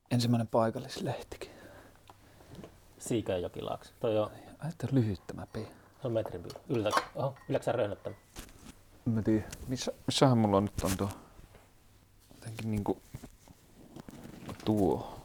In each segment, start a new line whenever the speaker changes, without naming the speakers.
ensimmäinen paikallislehtikin.
Siikajokilaakso. Toi on...
Että lyhyt tämä P.
Se on metrin Ylläks sä röhnöttänyt?
Mä tiedän, missähän mulla nyt on tuo jotenkin niinku tuo.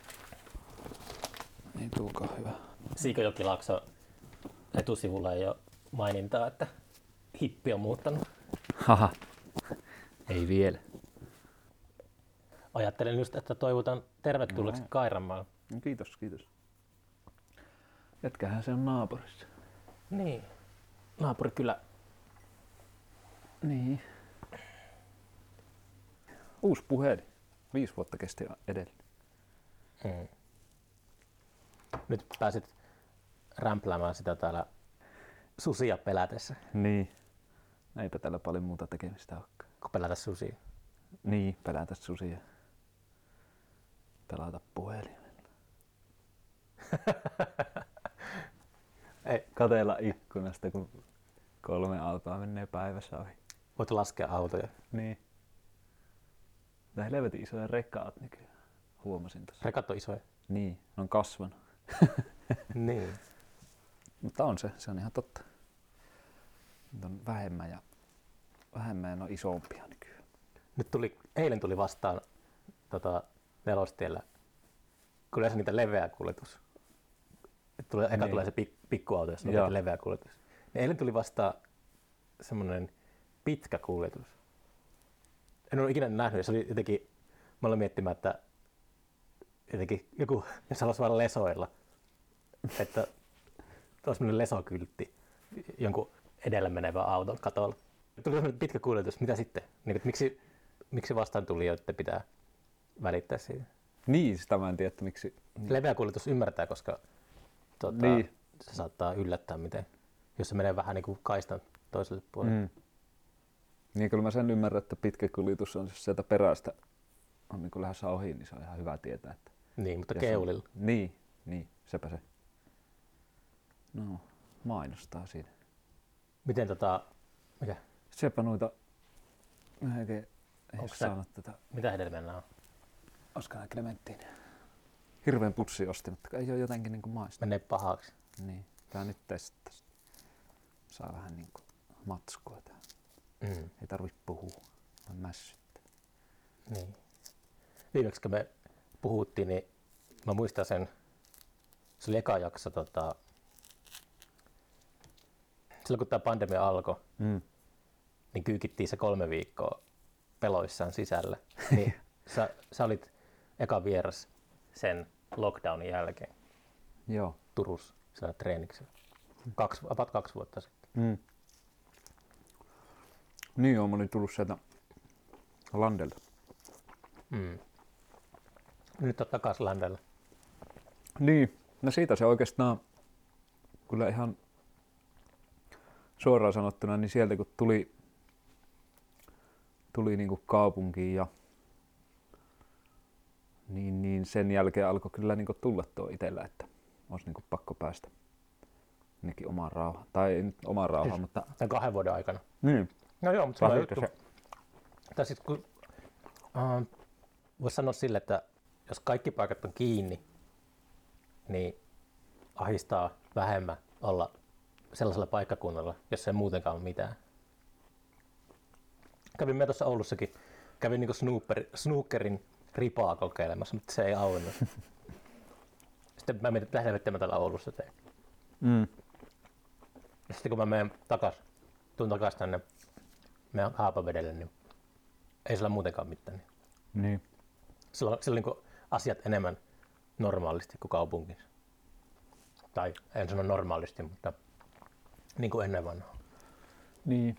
Ei tuokaan hyvä.
Siikajokilaakso etusivulla ei ole mainintaa, että hippi on muuttanut.
Haha. Ei vielä.
Ajattelin just, että toivotan tervetulleeksi Kairanmaalle.
No, kiitos. Jätkähän se on naapurissa.
Niin. Naapurikylä.
Niin. Uusi puhelin. 5 vuotta kesti edellä.
Nyt pääsit rämpläämään sitä täällä susia pelätessä.
Niin. Eipä täällä paljon muuta tekemistä olekaan.
Kun pelätä susia.
Niin, pelätä susia. Pelata puhelimella.
Ei.
Kateella ikkunasta, kun 3 autoa menee päivässä ohi.
Voit laskea autoja.
Niin. Tää helvetin isoja rekkaat nykyään. Huomasin tässä.
Rekat on isoja.
Niin, ne on kasvanut.
Niin.
Mutta on se on ihan totta. Nyt on vähemmän ja on isompia nykyään.
Eilen tuli vastaan Nelostiellä, kun yleensä niitä leveä kuljetus. Eka tulee se pikkuauto, jos on leveä kuljetus. Niin eilen tuli vastaan semmoinen pitkä kuljetus. En ole ikinä nähnyt, se oli jotenkin, mä olin miettimään, että jotenkin joku, jos haluaisi vaan lesoilla, että olisi semmoinen lesokyltti jonkun edellä menevän auton katolla. Tuli semmoinen pitkä kuljetus, mitä sitten? Niin, miksi vastaan tuli, että pitää välittää siitä?
Niin, sitä mä en tiedä, että miksi.
Leveä kuljetus ymmärtää, koska
niin.
se saattaa yllättää, miten, jos se menee vähän niin kuin kaistan toiselle puolelle.
Niin kyllä mä sen ymmärrän, että pitkä kuljetus on, jos sieltä perästä on niin lähdössä ohi, niin se on ihan hyvä tietää. Että
niin, mutta keulilla.
Niin, sepä se. No, mainostaa siinä.
Miten mikä?
Sepä noita, mä oikein ei saanut tätä.
Mitä hedelmää nämä on?
Olisiko nää Clementine? Hirveen putsi osti, mutta ei oo jotenkin niinku maistunut.
Menee pahaksi.
Niin, tää nyt testas. Saa vähän niinku matskua tää. Ei tarvi puhua, vaan mässyttää.
Niin. Viimeksi kun me puhuttiin, niin mä muistan sen, se oli eka jakso, silloin kun tää pandemia alkoi, niin kyykittiin se 3 viikkoa peloissaan sisällä. Niin sä olit eka vieras sen lockdownin jälkeen.
Joo.
Turussa siellä treeniksellä. About 2 vuotta sitten.
Niin joo, mä olin tullut sieltä Landelta.
Nyt on takas Landella.
Niin, no siitä se oikeastaan kyllä ihan suoraan sanottuna, niin sieltä kun tuli niinku kaupunkiin ja niin sen jälkeen alkoi kyllä niinku tulla tuo itsellä, että olisi niinku pakko päästä ainakin omaan rauhaan. Tai ei nyt omaan rauhaan, mutta...
Tämän 2 vuoden aikana.
Niin.
No joo, mutta se on juttu. Tai sit kun voisi sanoa sille, että jos kaikki paikat on kiinni, niin ahistaa vähemmän olla sellaisella paikkakunnalla, jos ei muutenkaan ole mitään. Kävin me tuossa Oulussakin, kävin niinku snookerin ripaa kokeilemassa, mutta se ei auennut. Sitten mä mietin, että mitä mä täällä Oulussa teen. Ja sitten kun mä menen tuun takas tänne meidän Haapavedelle, niin ei sillä muutenkaan mitään.
Niin.
Sillä on niin asiat enemmän normaalisti kuin kaupungissa. Tai en sano normaalisti, mutta niin kuin ennen vanhaa.
Niin.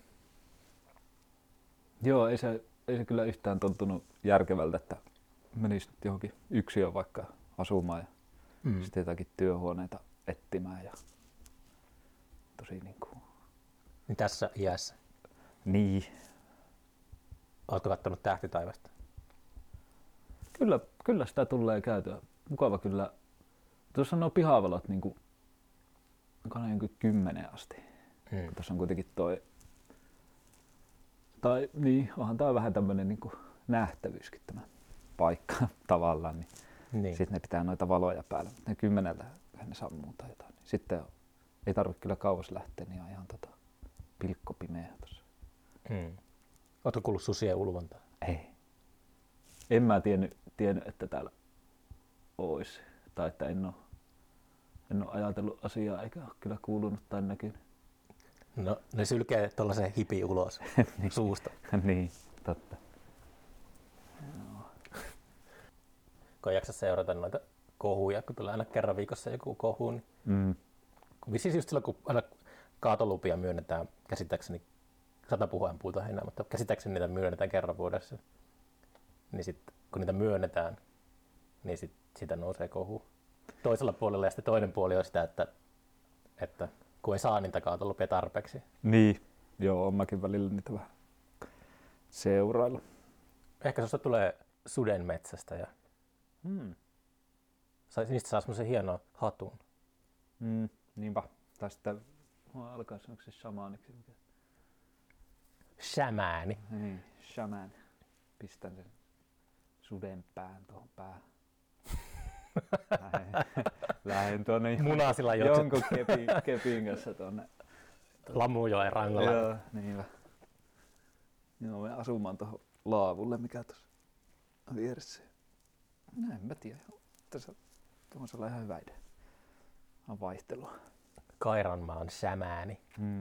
Joo, ei se kyllä yhtään tuntunut järkevältä, että menisi nyt johonkin yksin vaikka asumaan ja sitten jotakin työhuoneita etsimään. Ja tosi niinku...
Niin tässä iässä.
Niin.
Oletko kattonut Tähtitaivasta?
Kyllä sitä tulee käytyä. Mukava kyllä. Tuossa on pihavalot niinku 10 asti. Tuossa on kuitenkin onhan tää vähän tämmönen niinku nähtävyyskin tämä paikka tavallaan. Niin
Niin.
Sitten ne pitää noita valoja päällä, mutta ne 10 ne sammuu tai jotain. Sitten ei tarvitse kyllä kauas lähteä, niin on ihan pilkkopimeä tuossa.
Ootko kuullut susien ulvontaa?
Ei. En mä tiennyt, että täällä olisi. Tai että en ole ajatellut asiaa eikä ole kyllä kuulunut tai näkynyt.
No ne sylkee tuollaisen hipi ulos suusta.
Niin, totta.
Kun ei jaksa seurata noita kohuja, kun tulee aina kerran viikossa joku kohu, niin siis just silloin, kun aina kaatolupia myönnetään, käsittääkseni, 100 puhuen puuta enää, mutta käsittääkseni niitä myönnetään kerran vuodessa, niin sitten kun niitä myönnetään, niin sitä nousee kohu toisella puolella, ja sitten toinen puoli on sitä, että kun ei saa niitä kaatolupia tarpeeksi.
Niin, joo, mäkin välillä niitä vähän seurailla.
Ehkä susta tulee sudenmetsästä ja niistä saa semmoisen hienon hatun.
Niinpä. Tai sitten alkaa sanoa se shamaaniksi.
Shamääni.
Niin, shaman. Pistän sen suden pään tuohon päähän. Lähden tuonne
Munasilla
jonkun kepin kanssa tuonne
Lamujoen rannalla.
Joo, niinpä. Joo, me asumaan tuohon laavulle, mikä tuossa vieressä. No en mä tiedä. Tässä on sellainen ihan hyvä idea. On vaihtelua.
Kairanmaan Shamääni.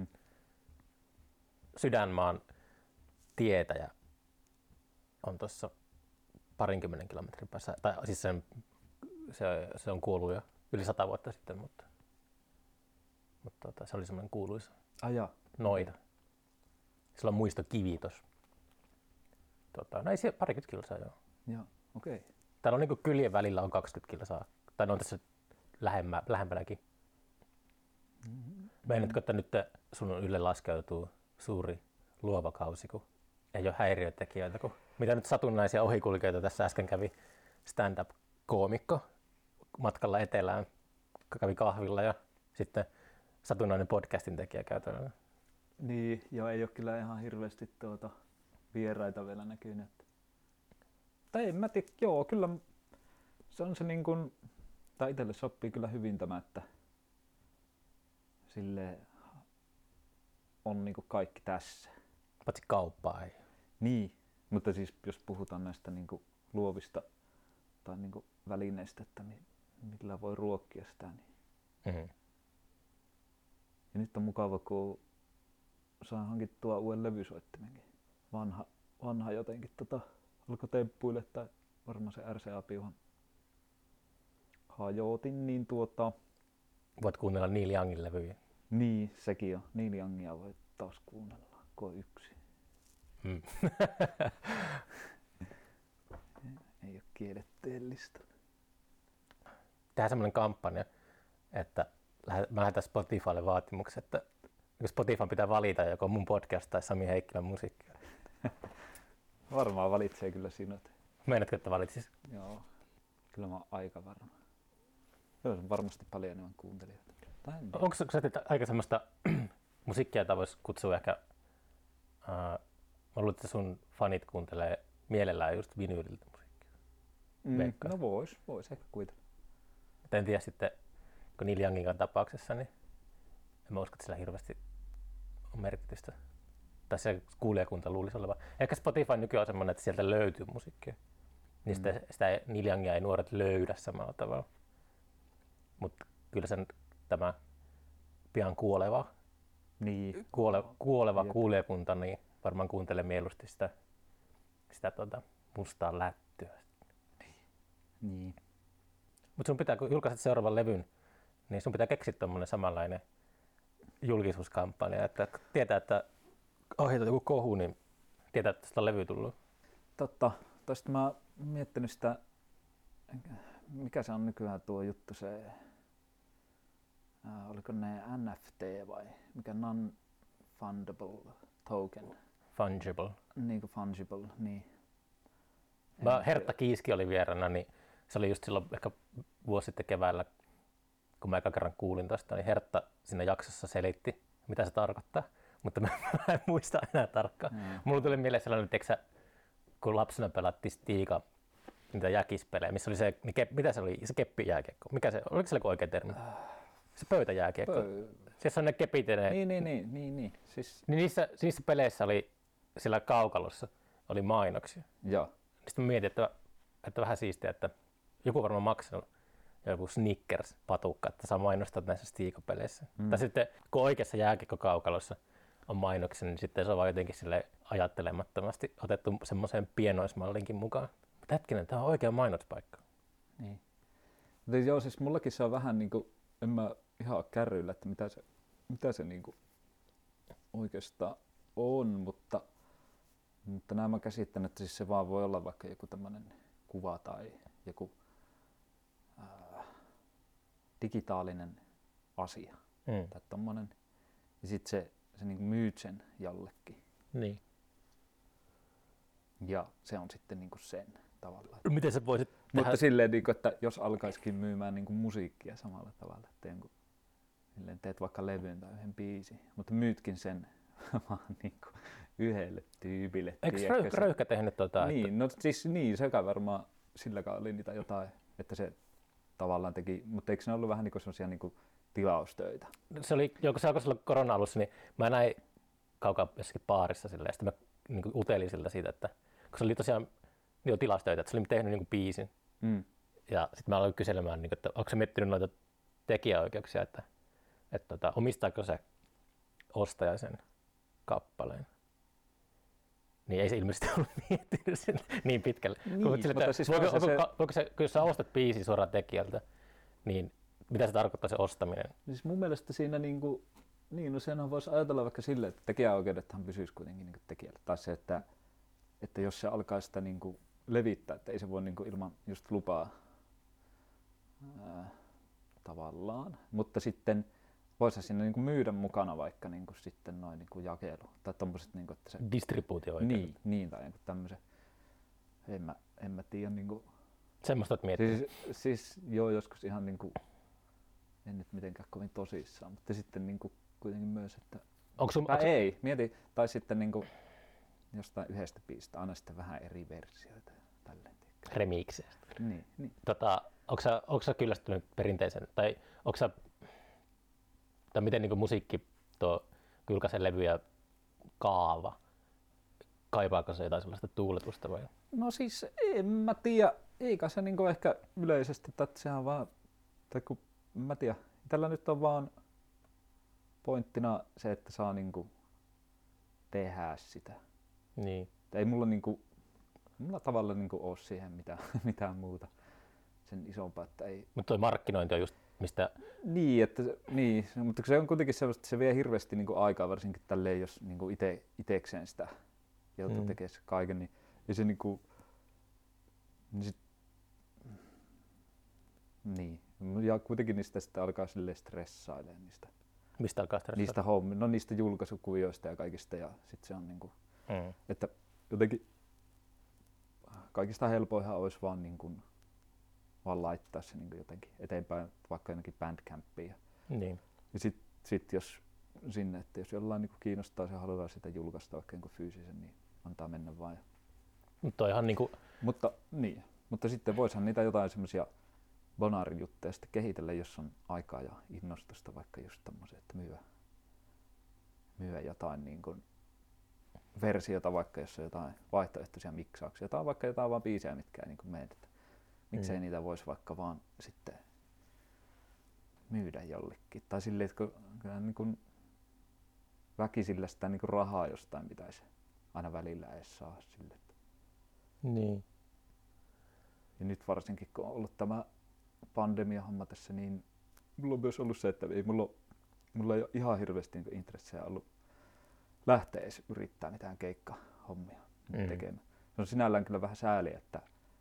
Sydänmaan tietäjä on tuossa 20 kilometrin päässä. Tai siis se on kuollut jo yli 100 vuotta sitten, mutta se oli semmoinen kuuluisa noita. Sillä on muistokivi tuossa. No ei siellä 20 kilsaa joo.
Joo, okei. Okay.
Täällä on niinku kyljen välillä on 20 kilsaa. Tai ne on tässä lähempänäkin. Meinaatko, että nyt sun ylle laskeutuu suuri luova kausi, kun ei ole häiriötekijöitä, kun mitä nyt satunnaisia ohikulkijoita tässä äsken kävi stand-up-koomikko matkalla etelään, kävi kahvilla ja sitten satunnainen podcastin tekijä käytännössä.
Niin, joo, ei ole kyllä ihan hirveästi vieraita vielä näkynyt. Tai en mä tiedä, joo, kyllä se on se niin kuin, tai itselle sopii kyllä hyvin tämä, että silleen on niin kuin kaikki tässä.
Paitsi kauppaa ei.
Niin, mutta siis jos puhutaan näistä niin kuin luovista tai niin kuin välineistä, että millä voi ruokkia sitä, niin. Ja nyt on mukava, kun saa hankittua uuden levysoittimenkin. Vanha jotenkin alkoi temppuille, tai varmaan se RCA-piuhan hajotin, niin
voit kuunnella Neil Youngin levyjä.
Niin, sekin on. Neil Youngia voi taas kuunnella, kun on yksin. Ei ole kielletteellistä.
Tehdään semmoinen kampanja, että mä lähetän Spotifylle vaatimuksen, että Spotify pitää valita joko mun podcast tai Sami Heikkilän musiikkia.
Varmaan valitsee kyllä sinut.
Meinaatko, että valitsis?
Joo, kyllä mä oon aika varma. Joo, se on varmasti paljon enemmän kuuntelijoita.
Onko se aika semmoista musiikkia, jota voisi kutsua ehkä, mä luulen, että sun fanit kuuntelee mielellään just vinyyliltä musiikkia.
No vois ehkä kuitenkin.
En tiedä sitten, kun Neil Youngin tapauksessa, niin en mä usko, että sillä hirveästi on merkitystä. Tai se kuulijakunta luulisi olevan. Ehkä Spotify nykyään on semmoinen, että sieltä löytyy musiikkia. Niin sitä Neil Youngia ei nuoret löydä samalla tavalla. Mutta kyllä sen tämä pian kuoleva kuulijakunta niin varmaan kuuntelee mieluusti sitä mustaa lättyä.
Niin.
Mutta sun pitää, kun julkaiset seuraavan levyn, niin sun pitää keksiä tommonen samanlainen julkisuuskampanja, että tietää, että ohjata joku kohu, niin tietää, että sitä on levy tullut.
Totta. Tosta mä oon miettinyt sitä, mikä se on nykyään tuo juttu, se oliko ne NFT vai mikä non-fundable token?
Fungible.
Niin kuin fungible, niin.
Hertta Kiiski oli vieraana, niin se oli just silloin ehkä vuosi sitten keväällä, kun mä eka kerran kuulin tosta, niin Hertta siinä jaksossa selitti, mitä se tarkoittaa, mutta mä en muista enää tarkkaan. Mulla tuli mieleen sellainen, että kun lapsena pelattiin Stiiga niitä jäkispelejä, missä oli se, mitä se oli, se keppijääkiekko? Oliko se joku oikea termi? Se pöytäjääkiekko. Siis on ne kepit ja ne...
Niin. Siis...
Niin niissä peleissä oli, sillä kaukalossa oli mainoksia.
Joo.
Sitten mä mietin, että vähän siistiä, että joku varmaan maksanut joku Snickers-patukka, että saa mainostaa näissä Stiiko-peleissä. Tai sitten kun oikeassa jääkiekkokaukalossa on mainoksia, niin sitten se on vaan jotenkin sille ajattelemattomasti otettu semmoiseen pienoismallinkin mukaan. Mutta hetkinen, tämä on oikea mainospaikka.
Niin. Mutta joo, siis mullakin se on vähän niinku, en mä ihan ole kärryillä, että mitä se niinku oikeastaan on, mutta näin mä käsittän, että siis se vaan voi olla vaikka joku tämmöinen kuva tai joku digitaalinen asia tai tommonen. Ja sit se niinku myyt sen jollekin.
Niin.
Ja se on sitten niinku sen tavallaan.
Miten sä voisit tehdä?
Mutta silleen, niinku, että jos alkaisikin myymään niinku musiikkia samalla tavalla, että teet vaikka levyn tai yhden biisin, mutta myytkin sen vaan niinku yhdelle tyypille.
Eikö Röyhkä tehnyt tota?
Niin, että... no siis niin, sekä varmaan silläkään oli niitä jotain, että se tavallaan teki, mutta eikö ne ollut vähän niinku semmosia niinku tilaustöitä?
Se oli, kun se alkoi silloin korona-alussa, niin mä näin kaukaa jossakin baarissa silleen, ja sitten mä niin utelin siltä siitä, että kun se oli tosiaan niin tilaustöitä, että se oli tehnyt niin biisin. Ja sitten mä aloin kyselemään, niin, että onko se miettinyt noita tekijäoikeuksia, että omistaako se ostaja sen kappaleen. Niin ei se ilmeisesti ollut miettinyt sen niin pitkälle.
Niin,
sille, että siis voiko se, kun sä ostat biisin suoraan tekijältä, niin mitä se tarkoittaa se ostaminen?
Siis mun mielestä siinä no senhän voisi ajatella vaikka silleen, että tekijäoikeudethan pysyisi kuitenkin niin tekijällä. Tai se, että jos se alkaa sitä niin levittää, että ei se voi niin ilman just lupaa tavallaan. Mutta sitten voisi siinä niin myydä mukana vaikka niin sitten noin niin jakelu. Tai tommoset, niin että se...
Distribuutio-oikeudet.
Niin, tai tämmöisen. En mä tiedä. Niin
semmoista olet miettinyt?
Siis joo, joskus ihan niin kuin, en nyt mitenkään kovin tosissaan, mutta sitten niin kuin kuitenkin myös, että... Ei, mieti, tai sitten niin kuin jostain yhdestä biisistä, aina sitten vähän eri versioita ja tälleen.
Remixeistä.
Niin.
Onko sä kyllästynyt perinteisen, tai miten niin kuin musiikki tuo julkaisen levy ja kaava, kaipaako se jotain sellaista tuuletusta vai?
No siis en mä tiedä, eikä se niinku ehkä yleisesti, että sehän vaan, tai kun mä tiedän, tällä nyt on vaan pointtina se, että saa niinku tehdä sitä.
Niin.
Ei mulla tavallaan niinku oo siihen mitään muuta sen isompaa, että ei...
Mutta toi markkinointi on just mistä...
Niin, mutta se on kuitenkin sellaista, että se vie hirveästi niinku aikaa, varsinkin tälleen, jos niinku itekseen sitä joutuu tekemään kaiken, niin ei se niinku... Niin. Ja kuitenkin niistä sitten alkaa silleen stressailemaan niistä.
Mistä alkaa
stressailla? Niistä julkaisukuvioista ja kaikista, ja sitten se on niinku... Että jotenkin kaikista helpoinhan olisi vaan niinku... vaan laittaa se niin jotenkin eteenpäin vaikka jonnekin Bandcampiin.
Niin.
Ja sit jos sinne, että jos jollain niin kiinnostaa ja haluaa sitä julkaista vaikka niin fyysisen, niin antaa mennä vaan.
Mutta ihan niin kuin...
Mutta sitten voisihan niitä jotain semmoisia bonaarijutteja sitten kehitellä, jos on aikaa ja innostusta vaikka just tommoisen, että myyä jotain niin kuin versiota vaikka, jos on jotain vaihtoehtoisia miksauksia tai vaikka jotain vaan biisejä, mitkä ei niin kuin mene. Miksei niitä voisi vaikka vaan sitten myydä jollekin. Tai silleen, että kyllä niin kuin väkisillä sitä niin kuin rahaa jostain pitäisi aina välillä edes saa sille.
Niin.
Ja nyt varsinkin kun on ollut tämä pandemia-homma tässä, niin mulla on myös ollut se, että mulla ei ole ihan hirveästi niin intressejä ollut lähteä edes yrittää mitään keikkahommia tekemään. Se on sinällään kyllä vähän sääli, että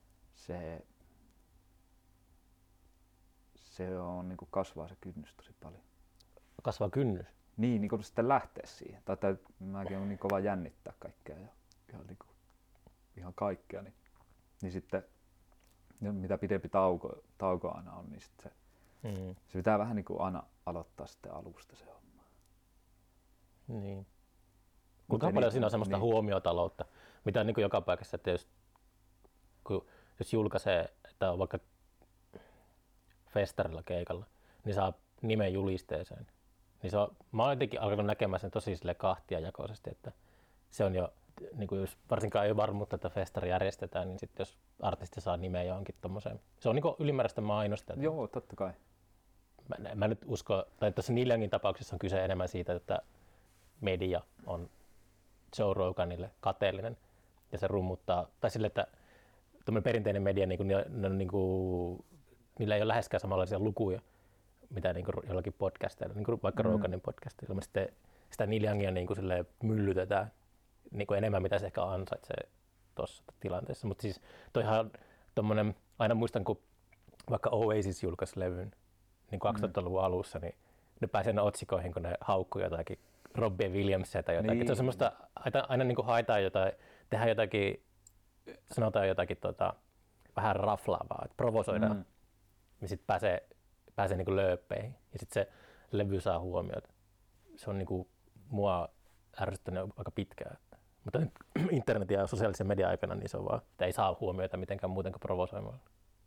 se on niin kuin kasvaa se kynnys tosi paljon.
Kasvaa kynnys?
Niin kuin sitten lähteä siihen. Tai mäkin on niin kova jännittää kaikkea ja ihan kaikkea. Niin sitten mitä pidempi tauko aina on, niin sitten se pitää vähän niin kuin aina aloittaa sitten alusta se homma.
Niin. Kuinka paljon siinä on semmoista huomiotaloutta, mitä niin kuin joka paikassa, että jos kun jos julkaisee, että on vaikka festarilla keikalla, niin saa nimen julisteeseen. Niin mä oon jotenkin alkanut näkemään sen tosi kahtiajakoisesti, että se on jo, niin kuin jos varsinkaan ei ole varmuutta, että festari järjestetään, niin sitten jos artisti saa nimeä johonkin tommoseen. Se on niin kuin ylimääräistä mainosta.
Joo, totta kai.
Mä nyt uskon, tai tuossa Neil Youngin tapauksessa on kyse enemmän siitä, että media on Joe Roganille kateellinen ja se rummuttaa, tai sille, että tuommoinen perinteinen media, niillä ei ole läheskään samanlaisia lukuja, mitä niin kuin jollakin podcasteilla, niin kuin vaikka Roganin podcastilla. Sitten sitä Neil Youngia niin kuin myllytetään niin kuin enemmän, mitä se ehkä ansaitsee tuossa tilanteessa. Mutta siis toihan tommonen, aina muistan, kun vaikka Oasis julkaisi levyn niin 2000-luvun alussa, niin ne pääsee aina otsikoihin, kun ne haukkuu jotakin Robbie Williamsia tai jotakin. Niin. Se on semmoista, aina niin kuin haetaan jotain, tehdään jotakin, sanotaan jotakin vähän raflaavaa, että provosoidaan, niin sitten pääsee niin kuin lööppeihin ja sitten se levy saa huomiota. Se on niin kuin mua ärsyttänyt aika pitkään. Mutta internetin ja sosiaalisen median aikana niin se on vaan, että ei saa huomiota mitenkään muuten kuin provosoimalla.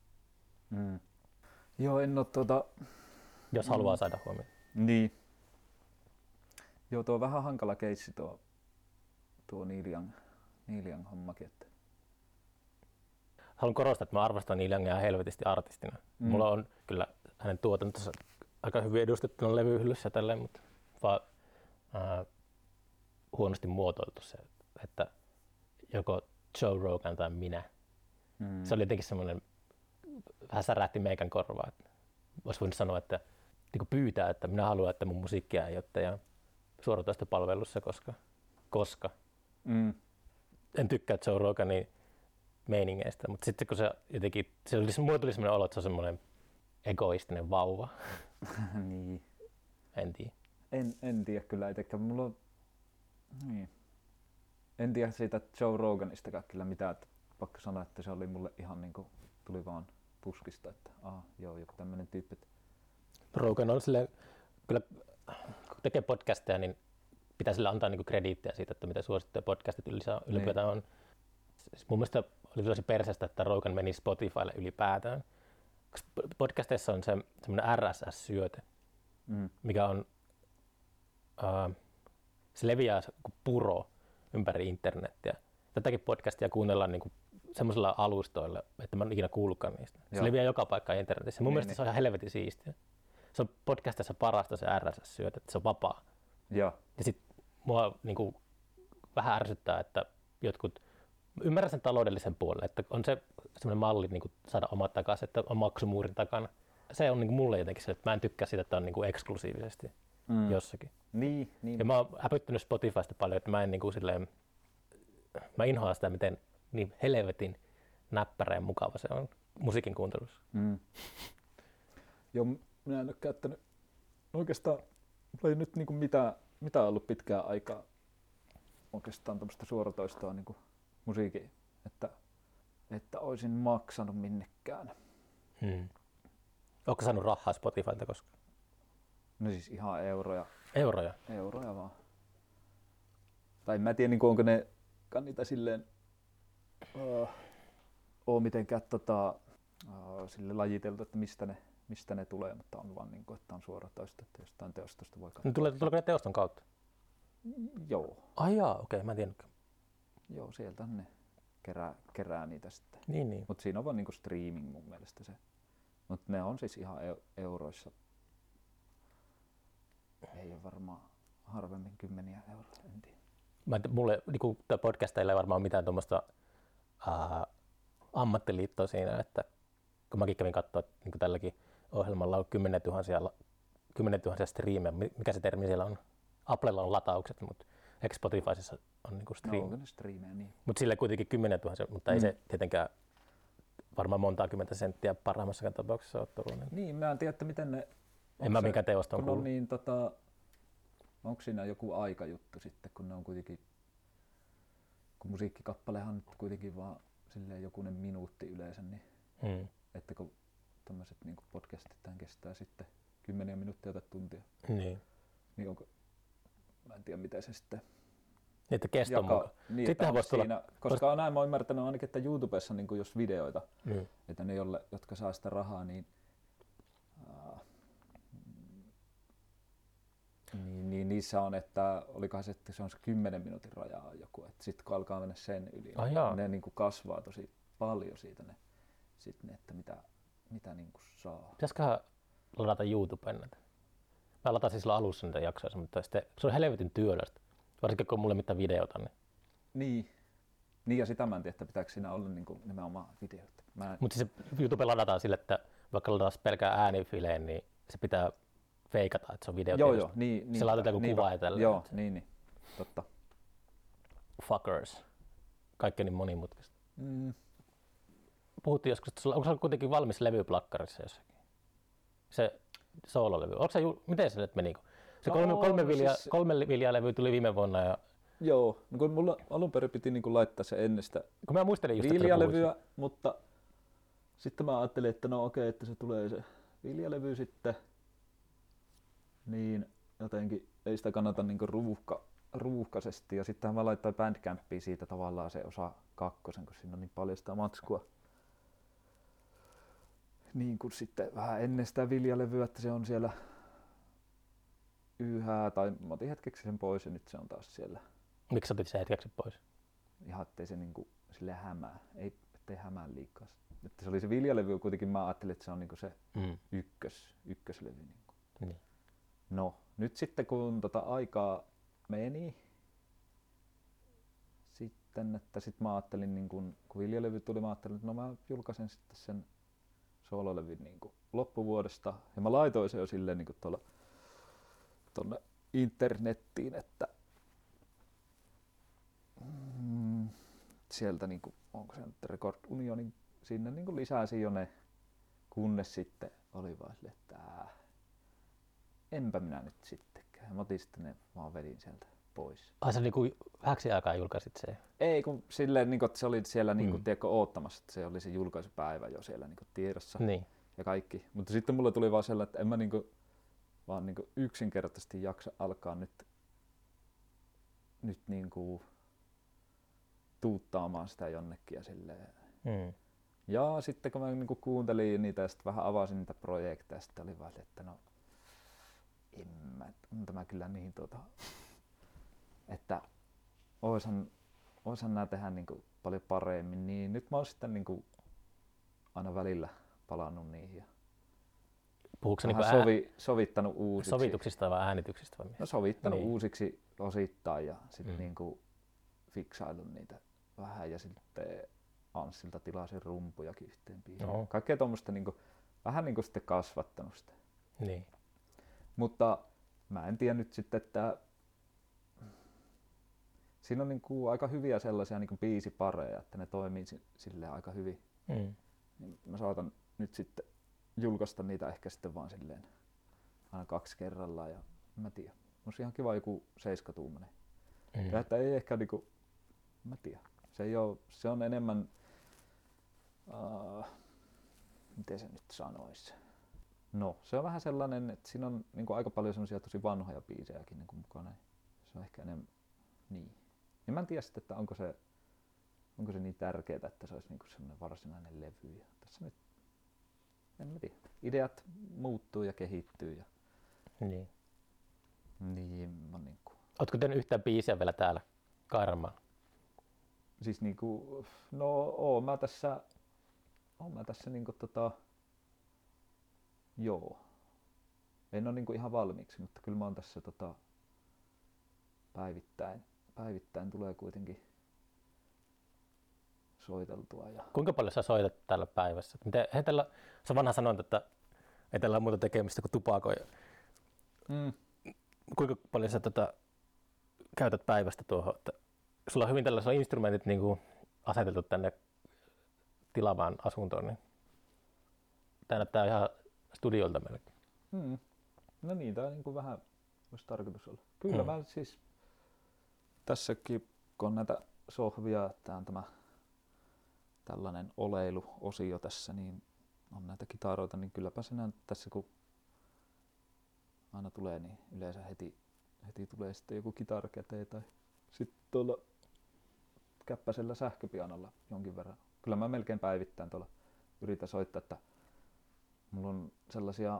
Joo, en ole
jos haluaa saada huomiota.
Niin. Joo, tuo on vähän hankala keissi tuo Neil Young hommakin. Että.
Haluan korostaa, että mä arvostan Neil Youngia helvetisti artistina. Mulla on kyllä hänen tuotantonsa aika hyvin edustettuna levyhyllyssä tälleen, mutta vaan huonosti muotoiltu se, että joko Joe Rogan tai minä. Se oli jotenkin semmoinen, vähän särähti meikän korvaa. Olisi voinut sanoa, että niin pyytää, että minä haluan, että mun musiikkia ei ole teidän suoratoistopalvelussa, koska en tykkää Joe Roganin meiningeistä, mutta sitten kun se jotenkin, mulle tuli semmoinen olo, että se on semmoinen egoistinen vauva.
Niin.
En tiedä.
En tiedä kyllä etenkään. Mulla on, niin. En tiedä siitä Joe Roganistakaan kyllä mitään, että pakko sanoa, että se oli mulle ihan niinku, tuli vaan puskista, että joo, joku tämmönen tyyppi. Rogan
on silleen, kyllä kun tekee podcasteja, niin pitää sille antaa niinku krediittiä siitä, että mitä suosittuja podcastit ylipäätään on. Siis mun mielestä oli tosi perseestä, että Rogan meni Spotifylle ylipäätään. Podcasteissa on semmoinen RSS-syöte, mikä on, se leviää kuin puro ympäri internettiä. Tätäkin podcastia kuunnellaan niinku semmoisilla alustoilla, että mä en ikinä kuullutkaan niistä. Se leviää joka paikkaan internetissä. Mun mielestä se on ihan helvetin siistiä. Se on podcastissa parasta se RSS-syöte, että se on vapaa.
Ja
sit mua niinku vähän ärsyttää, että jotkut, ymmärrän sen taloudellisen puolen, että on se semmoinen malli niinku saada omat takaisin, että on maksumuurin takana. Se on niinku mulle jotenkin se, että mä en tykkää siitä, että on niinku eksklusiivisesti jossakin.
Niin.
Ja mä oon häpyttynyt Spotifysta paljon, että mä en niinku silleen, mä inhoan sitä, miten niin helvetin näppärä ja mukava se on musiikin kuuntelussa.
Joo, minä en ole käyttänyt oikeastaan, ei nyt niinku mitä on ollut pitkään aikaa oikeastaan tämmöistä suoratoistoa niinku musiikin, että olisin maksanut minnekään.
Ootko saanut rahaa Spotifylta koskaan?
No siis ihan euroja.
Euroja?
Euroja vaan. Tai en mä tiedä, niin onko ne niitä silleen mitenkään sille lajiteltu, että mistä ne tulee, mutta on vaan niin kuin, että on suoratoista, että jostain teostosta voi katsoa.
No tuleeko ne teoston kautta?
Joo.
Ai jaa, okei, mä en tiennytkään.
Joo, sieltä ne kerää niitä sitten.
Niin.
Mutta siinä on vaan niinku streaming mun mielestä se. Mutta ne on siis ihan euroissa. Ei ole varmaan harvemmin 10 euroa, en tiedä.
Mulle niinku podcasteilla ei varmaan mitään tuommoista ammattiliittoa siinä, että kun mäkin kävin katsoa, että niin tälläkin ohjelmalla on 10 000 striimejä. Mikä se termi siellä on? Applella on lataukset, mutta eikö Spotifyssa on niinku
striimejä, niin.
Mutta sille kuitenkin 10 000, mutta ei se tietenkään varmaan montaa 10 senttiä parhaimmassakaan tapauksessa ole tullut.
Niin, mä en tiedä, että miten ne...
En mä mikä teosta on kuullut.
Niin, onko siinä joku aikajuttu sitten, kun ne on kuitenkin... Kun musiikkikappalehan nyt kuitenkin vaan silleen jokunen minuutti yleensä, niin... Että kun tämmöiset niin podcastit kestää sitten 10 minuuttia tai tuntia.
Niin
Niin onko... Mä en tiedä, miten se sitten...
Niitä keston mukaan.
Niin,
Sittenhän voisi tulla...
siinä, koska näin mä oon ymmärtänyt ainakin, että YouTubessa niin jos videoita, että ne, jotka saa sitä rahaa, niin niissä on, että olikohan se, että se on se 10 minuutin raja joku, että sitten kun alkaa mennä sen yli, ne niin kuin kasvaa tosi paljon siitä ne että mitä niin kuin saa.
Pitäisiköhän ladata YouTubeen näitä? Mä latasin silloin alussa niitä jaksoja, mutta sitten, se on helvetin työlästä, varsinkin kun on mulle mitään videota.
Niin, ja sitä mä en tiedä, että pitääkö siinä olla niin kuin nimenomaan videota.
Mutta siis YouTube ladataan sille, että vaikka ladataan pelkää äänifileen, niin se pitää feikata, että se on video.
Joo, niin.
Se laitetaan joku kuva ja tälleen.
Joo, niin, totta.
Fuckers. Kaikki on niin monimutkaista. Puhuttiin joskus, että onko sulla kuitenkin valmis levy plakkarissa jossakin? Se soololevy. Miten se nyt meni? Se kolme viljaa levy tuli viime vuonna. Ja...
Joo, no kun mulla alun perin piti niin laittaa se ennen sitä
kun mä muistelin just,
viljalevyä, mutta sitten mä ajattelin, että no okei, että se tulee se viljalevy sitten, niin jotenkin ei sitä kannata niin ruuhkaisesti. Ja sittenhän mä laittoin Bandcampiin siitä tavallaan se osa 2, kun siinä on niin paljon sitä matskua. Niin kuin sitten vähän ennen sitä viljalevyä, että se on siellä yhä, tai mä otin hetkeksi sen pois ja nyt se on taas siellä.
Miksi otit sen hetkeksi pois?
Ihan ettei se niinku silleen hämää, ettei hämää liikaa. Että se oli se viljalevy kuitenkin, mä ajattelin, että se on niinku se ykköslevy. Niinku.
Niin.
No, nyt sitten kun aikaa meni, sitten, että sit mä ajattelin, niin kun viljalevy tuli, mä ajattelin, että no mä julkaisen sitten sen soololevyn niin loppuvuodesta. Ja mä laitoin se jo silleen niin tuonne internettiin, että sieltä niin kuin, onko se nyt Record Unionin sinne niin lisäsi jo ne, kunnes sitten oli vaan silleen, että enpä minä nyt sittenkään. Mä otin sitten ne, vaan vedin sieltä pois.
Ai sä niinku vähäksi aikaa julkaisit se?
Ei, kun silleen, niin kuin, että se oli siellä niin tiedätkö, oottamassa, että se oli se julkaisupäivä jo siellä niin tiedossa ja kaikki. Mutta sitten mulle tuli vaan sellainen, että en mä niin kuin, vaan niin kuin yksinkertaisesti jaksa alkaa nyt niin kuin tuuttaamaan sitä jonnekin ja silleen. Ja sitten kun mä niin kuin kuuntelin niitä ja sitten vähän avasin niitä projekteja, sitten oli vaan, että no on tämä kyllä niin että oishan nää tehdä niin kuin paljon paremmin, niin nyt mä oon sitten niin kuin aina välillä palannut niihin.
Puhuuko se
niin sovittanut uusiksi.
Sovituksista vai äänityksistä? Vai
no sovittanut uusiksi osittain ja sitten niin kuin fiksaillut niitä vähän ja sitten Anssilta tilasin rumpujakin yhteen biisiin. No. Kaikkea tuommoista niin kuin, vähän niin kuin sitten kasvattanut sitä.
Niin.
Mutta mä en tiedä nyt sitten, että siinä on niin kuin aika hyviä sellaisia niin kuin biisipareja, että ne toimii silleen aika hyvin. Niin mä saatan nyt sitten julkaista niitä ehkä sitten vaan silleen aina 2 kerrallaan ja mä tiedän. Olisi ihan kiva joku 7-tuumainen. Ja että ei ehkä niinku, mä tiedän. Se on enemmän, miten se nyt sanoisi. No, se on vähän sellainen, että siinä on niinku aika paljon semmoisia tosi vanhoja biisejäkin niinku mukana. Se on ehkä enemmän niin. Ja mä en tiedä sitten, että onko se niin tärkeää, että se olisi niinku semmoinen varsinainen levy. Ja tässä nyt, en mä tiedä. Ideat muuttuu ja kehittyy. Ja
niin.
Niin, no niinku.
Ootko tehnyt yhtään biisiä vielä täällä Kairamaa?
Siis niinku, no oon mä tässä niinku joo. En oo niinku ihan valmiiksi, mutta kyllä mä oon tässä päivittäin tulee kuitenkin soiteltua. Ja
kuinka paljon sä soitat täällä päivässä? Se vanha sanonta, että ei tällä ole muuta tekemistä kuin tupakoja. Kuinka paljon sä käytät päivästä tuohon? Että sulla on hyvin tällaiset instrumentit niin kuin aseteltu tänne tilavaan asuntoon. Niin tää näyttää ihan studiolta melkein.
No niin, tää niin kuin vähän olisi tarkoitus olla. Kyllä mä siis tässäkin, kun on näitä sohvia, tää on tämä tällainen oleiluosio tässä, niin on näitä kitaroita, niin kylläpä sinä tässä kun aina tulee, niin yleensä heti tulee sitten joku kitara käteen tai Sitten tuolla käppäisellä sähköpianolla jonkin verran. Kyllä mä melkein päivittäin tuolla yritän soittaa, että mulla on sellaisia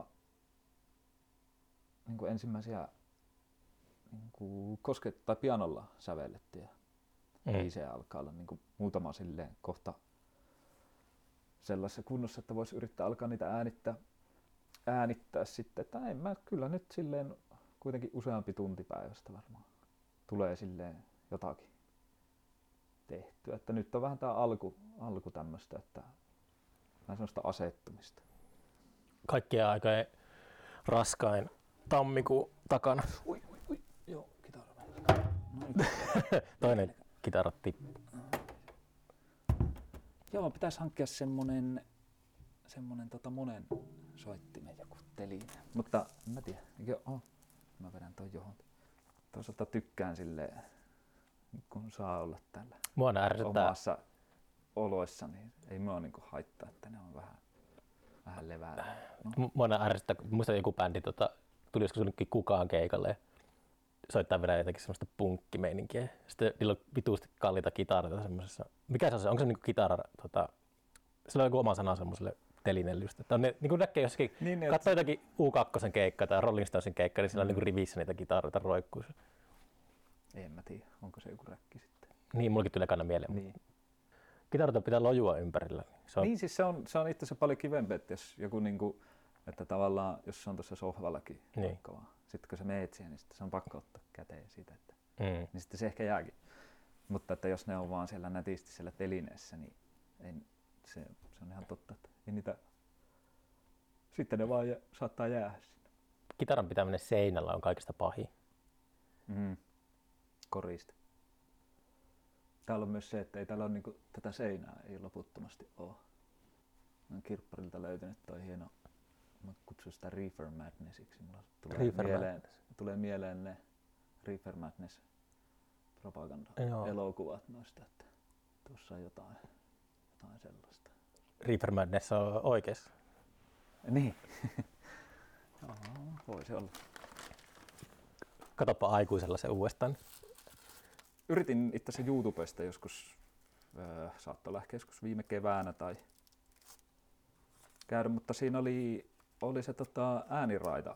niin kuin ensimmäisiä niin kuin tai pianolla sävellettyjä biisejä alkaa olla niin kuin muutama silleen kohta sellaisessa kunnossa, että voisi yrittää alkaa niitä äänittää sitten. Että en mä kyllä nyt silleen kuitenkin useampi tunti päivästä varmaan tulee silleen jotakin tehtyä. Että nyt on vähän tää alku tämmöistä, että vähän semmoista asettumista.
Kaikkia aikojen raskain tammikuun takana.
Ui. Joo, kitara.
Toinen kitara tippuu.
Joo, pitäisi hankkia semmonen monen soittimen joku teline. Mutta en mä tiedä. Mä vedän ton johon. Toisaalta tykkään silleen, kun saa olla tällä omassa oloissa, niin ei mua niinku haittaa, että ne on vähän leväällä. No.
Mua ärsyttää, muistan joku bändi, tuli joskus jonnekin Kukaan keikalle ja soittaa vielä jotenkin semmoista punkkimeininkiä. Sitten niillä on vituusti kalliita kitareita semmoisessa. Mikä se on? Onko se niinku kitara? Sillä on joku oma sana semmoiselle telineilystä. Niin kuin näkee jossakin, niin, katsoo jotakin U2 keikkaa tai Rolling Stonesin keikkaa, niin sillä on niinku rivissä niitä kitaroita roikkuu.
En mä tiedä, onko se joku räkki sitten.
Niin, mullakin tulee aina mieleen. Niin. Kitaroita pitää lojua ympärillä.
Niin, siis se on itse asiassa paljon kivempi, että jos joku niinku, että tavallaan, jos se on tuossa sohvallakin
niin.
Sitten kun sä meet siihen, niin sitten se on pakko ottaa käteen siitä, että niin sitten se ehkä jääkin. Mutta että jos ne on vaan siellä nätisti siellä telineessä, niin se on ihan totta, että ei niitä, sitten ne vaan saattaa jäädä sinne.
Kitaran pitäminen seinällä on kaikista pahin.
Koriste. Täällä on myös se, että ei täällä ole niinku, tätä seinää ei loputtomasti ole. Mä oon Kirpparilta löytänyt toi hieno, mä kutsun sitä Reefer Madnessiksi. Mulla tulee mieleen ne Reefer Madness propaganda-elokuvat noista, että tuossa on jotain sellaista.
Reefer Madness on oikeassa?
Niin. Voisi olla.
Katoppa aikuisella se uudestaan.
Yritin itse asiassa YouTubesta joskus, saattoi olla ehkä joskus viime keväänä tai käydä, mutta siinä oli se ääniraita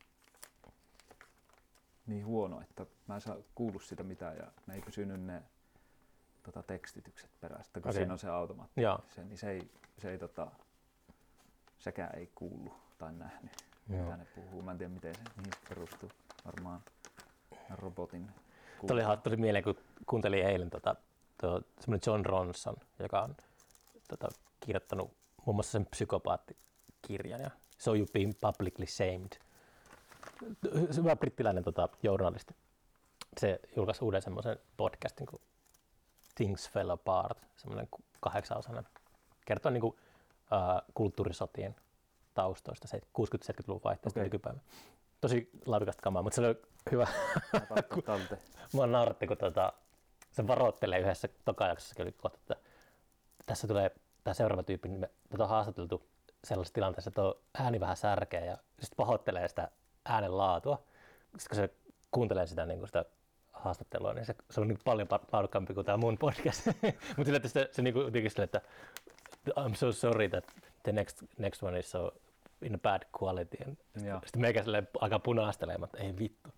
niin huono, että mä en saa kuullut sitä mitään ja ne ei pysynyt ne tekstitykset perästä, kun siinä on se automaatti. Niin se ei sekään ei kuullut tai nähnyt, mitä ne puhuu. Mä en tiedä, miten se niihin perustuu. Varmaan robotin kuuluu.
Tuli mieleen, kun kuuntelin eilen semmoinen John Ronson, joka on kirjoittanut muun muassa sen psykopaattikirjan ja So You've Been Publicly Shamed. Hyvä brittiläinen journalisti. Se julkaisi uuden semmoisen podcastin kuin Things Fell Apart, semmoinen 8-osainen. Kertoo niin kuin, kulttuurisotien taustoista 60-70-luvun vaihteesta nykypäivänä. Tosi laadukasta kamaa, mutta se oli hyvä. Mua nauratti, kun se varoittelee yhdessä tokajaksessa, että tässä tulee tämä seuraava tyyppi, niin me on haastateltu sellaisessa tilanteessa, että on ääni vähän särkeä ja sitten pahoittelee sitä äänen laatua. Sitten kun se kuuntelee sitä, niin sitä haastattelua, niin se on niin paljon laadukkaampi kuin tämä mun podcast. Mutta sillä, että se niin jotenkin sille, että I'm so sorry that the next one is so in a bad quality. Sitten meikä silleen aika punaistelee, mutta ei vittu.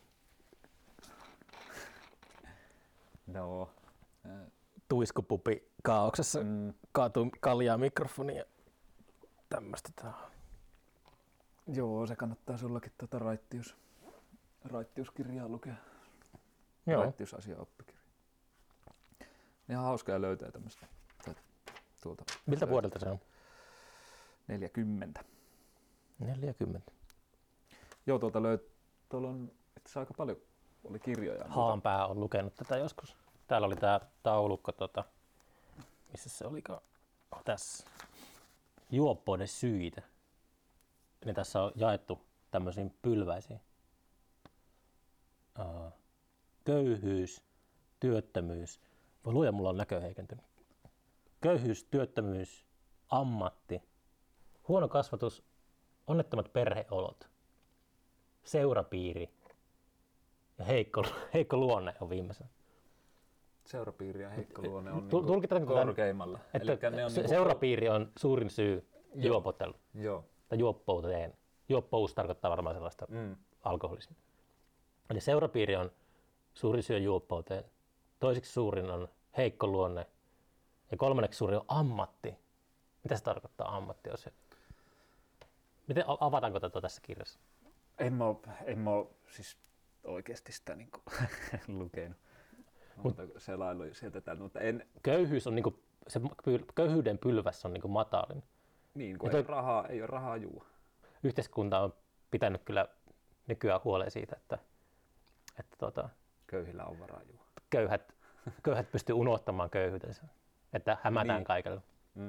No.
Tuiskupupi kaauksessa kaatuu kaljaa mikrofoniin ja tämmöistä.
Joo, se kannattaa sullakin raittiuskirjaa lukea. Raittiusasiaoppikirja. Ihan hauskaa löytää tämmöistä.
Miltä vuodelta se on?
40.
40.
Joo, tuolla on itse aika paljon oli kirjoja.
Haanpää on lukenut tätä joskus. Täällä oli tää taulukko, missä se olikaan? Tässä. Juoppoiden syitä. Niin tässä on jaettu tämmöisiin pylväisiin. Köyhyys, työttömyys. Voi luoja, mulla on näkö heikentynyt. Köyhyys, työttömyys, ammatti, huono kasvatus, onnettomat perheolot, seurapiiri ja heikko luonne on viimeisen.
Seurapiiri ja heikko luonne on
Tulkitaanko
korkeimmalla.
että ne on seurapiiri on suurin syy juopotteluun tai juoppouteen. Juoppous tarkoittaa varmaan sellaista alkoholismia. Eli seurapiiri on suurin syy juoppouteen. Toiseksi suurin on heikko luonne. Ja kolmanneksi suurin on ammatti. Mitä se tarkoittaa ammatti? Miten avataanko tätä tässä kirjassa?
En mä ole siis oikeasti sitä niin kuin lukenut. Selailu sieltä täältä, mutta en...
Köyhyys on niinku, se köyhyyden pylväs on niinku matalin.
Niin, kun ei ole rahaa juua.
Yhteiskunta on pitänyt kyllä nykyään huoleen siitä, että
köyhillä on varaa juua.
Köyhät pystyy unohtamaan köyhyytensä, että hämätään kaikella.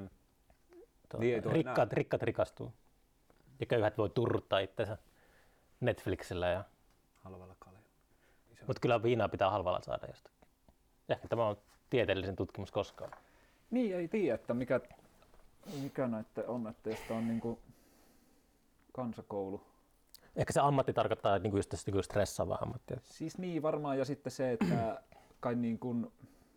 Rikkaat rikastuu ja köyhät voi turruttaa itsensä Netflixillä ja
halvalla kaljalla.
Mutta kyllä viinaa pitää halvalla saada jostakin. Ehkä tämä on tieteellisen tutkimus koskaan.
Niin, ei tiedä, että mikä näette on, että jos tämä on niinku kansakoulu.
Ehkä se ammatti tarkoittaa niinku just stressaavaa ammattia.
Siis niin varmaan, ja sitten se, että kai niin kuin,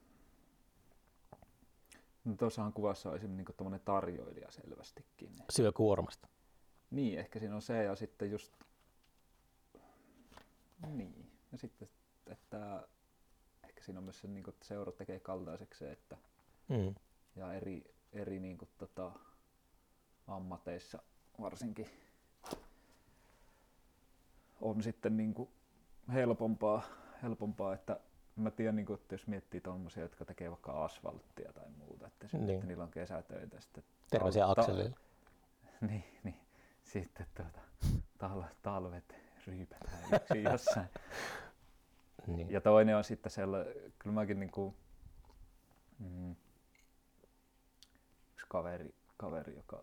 no tuossahan kuvassa on esimerkiksi niin tommoinen tarjoilija selvästikin.
Syö kuormasta.
Niin, ehkä siinä on se, ja sitten just niin, ja sitten, että ehkä siinä on myös se, niin että seura tekee kaltaiseksi se, että ja eri niin kuin, ammateissa varsinkin on sitten niin kuin helpompaa, että mä tiedän, niin kuin, että jos miettii tommosia, jotka tekee vaikka asfalttia tai muuta, että niillä on kesätöitä. Sitten
terveisiä Akselille.
Niin, sitten talvet ryypätään yksin jossain. Niin. Ja toinen on sitten sellainen, kyllä mäkin niinku, yksi kaveri, joka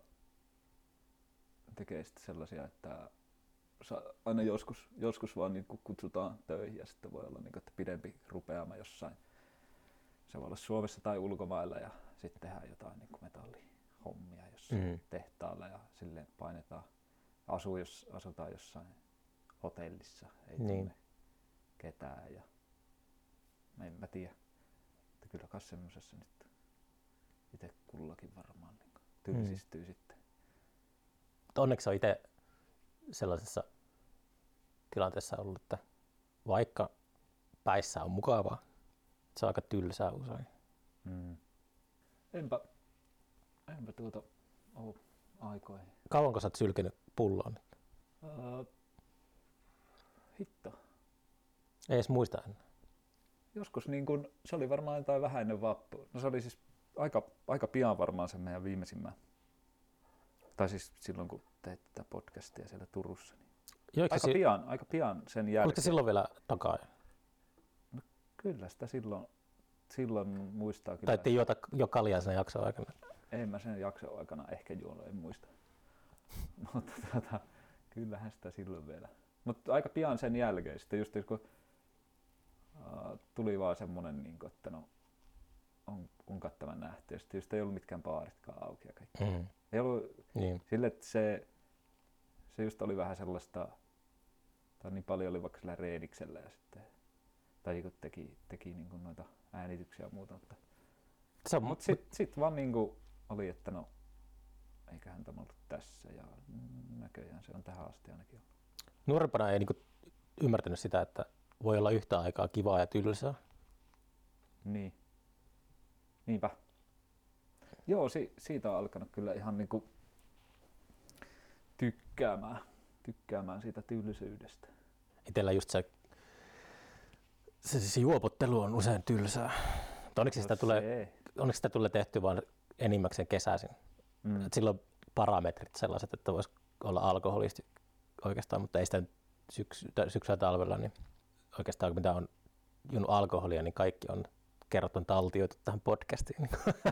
tekee sitten sellaisia, että aina joskus vaan niin kutsutaan töihin ja sitten voi olla niin, että pidempi rupeama jossain. Se voi olla Suomessa tai ulkomailla ja sitten tehdään jotain niin metallihommia jossain tehtaalla ja silleen painetaan. Asutaan jossain hotellissa, ei tunne ketään ja en mä tiedä. Että kyllä kai semmosessa nyt itse kullakin varmaan niin tylsistyy sitten.
Onneksi on itse sellaisessa tilanteessa ollut, että vaikka päissä on mukavaa, se on aika tylsää usein.
Enpä ole aikoihin.
Kauanko sä oot sylkenyt pulloon?
Hitto.
Ei edes muista enää.
Joskus niin kun, se oli varmaan jotain vähän ennen vappua. No se oli siis aika pian varmaan sen meidän viimeisimmän. Tai siis silloin kun teit tätä podcastia siellä Turussa. Niin aika pian sen jälkeen.
Oliko silloin vielä takaa?
No, kyllä sitä silloin muistaa kyllä.
Taittiin juota jo kaljaa sen jakson aikana.
En mä sen jakson aikana ehkä juonut, en muista. Mutta kyllähän sitä silloin vielä. Mutta aika pian sen jälkeen sitten just kun tuli vaan semmonen, niin että no on kattavan nähty. Ja sitten just ei ollut mitkään baaritkaan auki ja kaikki. Ei ollut sille, että se just oli vähän sellaista, tai niin paljon oli vaikka sillä Reediksellä ja sitten, tai kun teki niin kuin noita äänityksiä ja muuta. Mutta sit vaan niin kuin oli, että no eiköhän tämä ollut tässä ja näköjään se on tähän asti ainakin ollut.
Nuorempana ei niin ymmärtänyt sitä, että voi olla yhtä aikaa kivaa ja tylsää.
Niin. Niinpä. Joo, siitä on alkanut kyllä ihan niinku tykkäämään siitä tylsyydestä.
Itellä just se juopottelu on usein tylsää. Onneksi sitä tulee tehtyä vain enimmäkseen kesäisin. Silloin parametrit sellaiset, että voisi olla alkoholisti oikeastaan, mutta ei sitä syksyllä talvella, niin oikeastaan mitä on juonut alkoholia, niin kaikki on kerrottu taltioitu tähän podcastiin.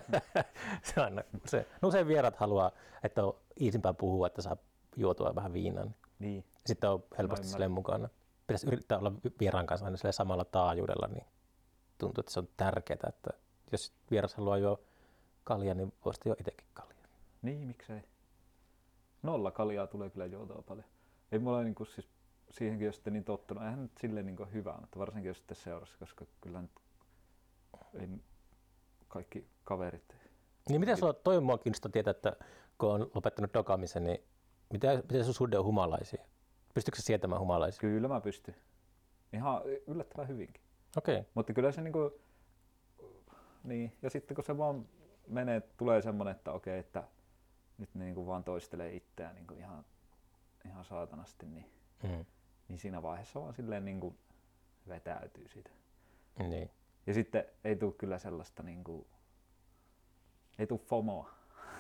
Se usein vieraat haluaa, että on iisimpää puhua, että saa juotua vähän viinaa.
Niin.
Sitten on helposti silleen mukana. Pitäisi yrittää olla vieraan kanssa aina samalla taajuudella, niin tuntuu, että se on tärkeää, että jos vieras haluaa juo kaljaa, niin voisi jo itsekin kaljaa.
Niin, miksei. 0 kaljaa tulee kyllä juotua paljon. Ei mulla niinku siis siihenkin ole sitten niin tottunut. Eihän nyt silleen niin hyvää, mutta varsinkin jos sitten seurassa, koska kyllä nyt ei kaikki kaverit.
Niin miten sulla toi mua kiinnostaa tietää, että kun on lopettanut dokaamisen, niin miten sun suhde on humalaisiin? Pystytkö sä sietämään humalaisiin?
Kyllä mä pystyn. Ihan yllättävän hyvinkin.
Okei. Okay.
Mutta kyllä se niinku, niin, ja sitten kun se vaan menee, tulee semmonen, että okei, että nyt ne niinku vaan toistelee itseään niinku ihan saatanasti, niin siinä vaiheessa vaan silleen niinku vetäytyy siitä.
Niin.
Ja sitten ei tule kyllä sellaista niinku, ei tule FOMOa.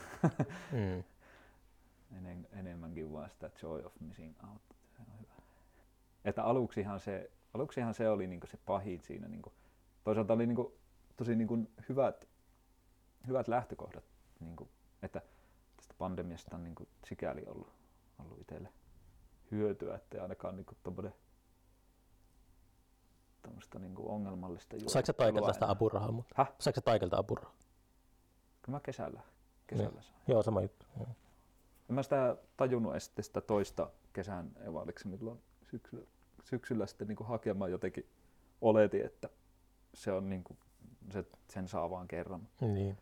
Enemmänkin vaan sitä joy of missing out. Se on hyvä. Että aluksihan se oli niinku se pahin siinä. Niinku. Toisaalta oli niinku, tosi niinku hyvät lähtökohdat. Niinku, että tästä pandemiasta on niinku sikäli ollut itselle hyötyä, ettei ainakaan niinku tämmöistä niinku ongelmallista juoksua.
Saiko sä Taikelta sitä apurahaa? Saiko sä Taikelta apurahaa?
Kyllä mä kesällä
Niin.
sain.
Joo, sama juttu.
En mä sitä tajunnut edes sitä toista kesän evaliksi, milloin syksyllä sitten niinku hakemaan jotenkin oletin, että se on niinku, sen saa vaan kerran.
Niin.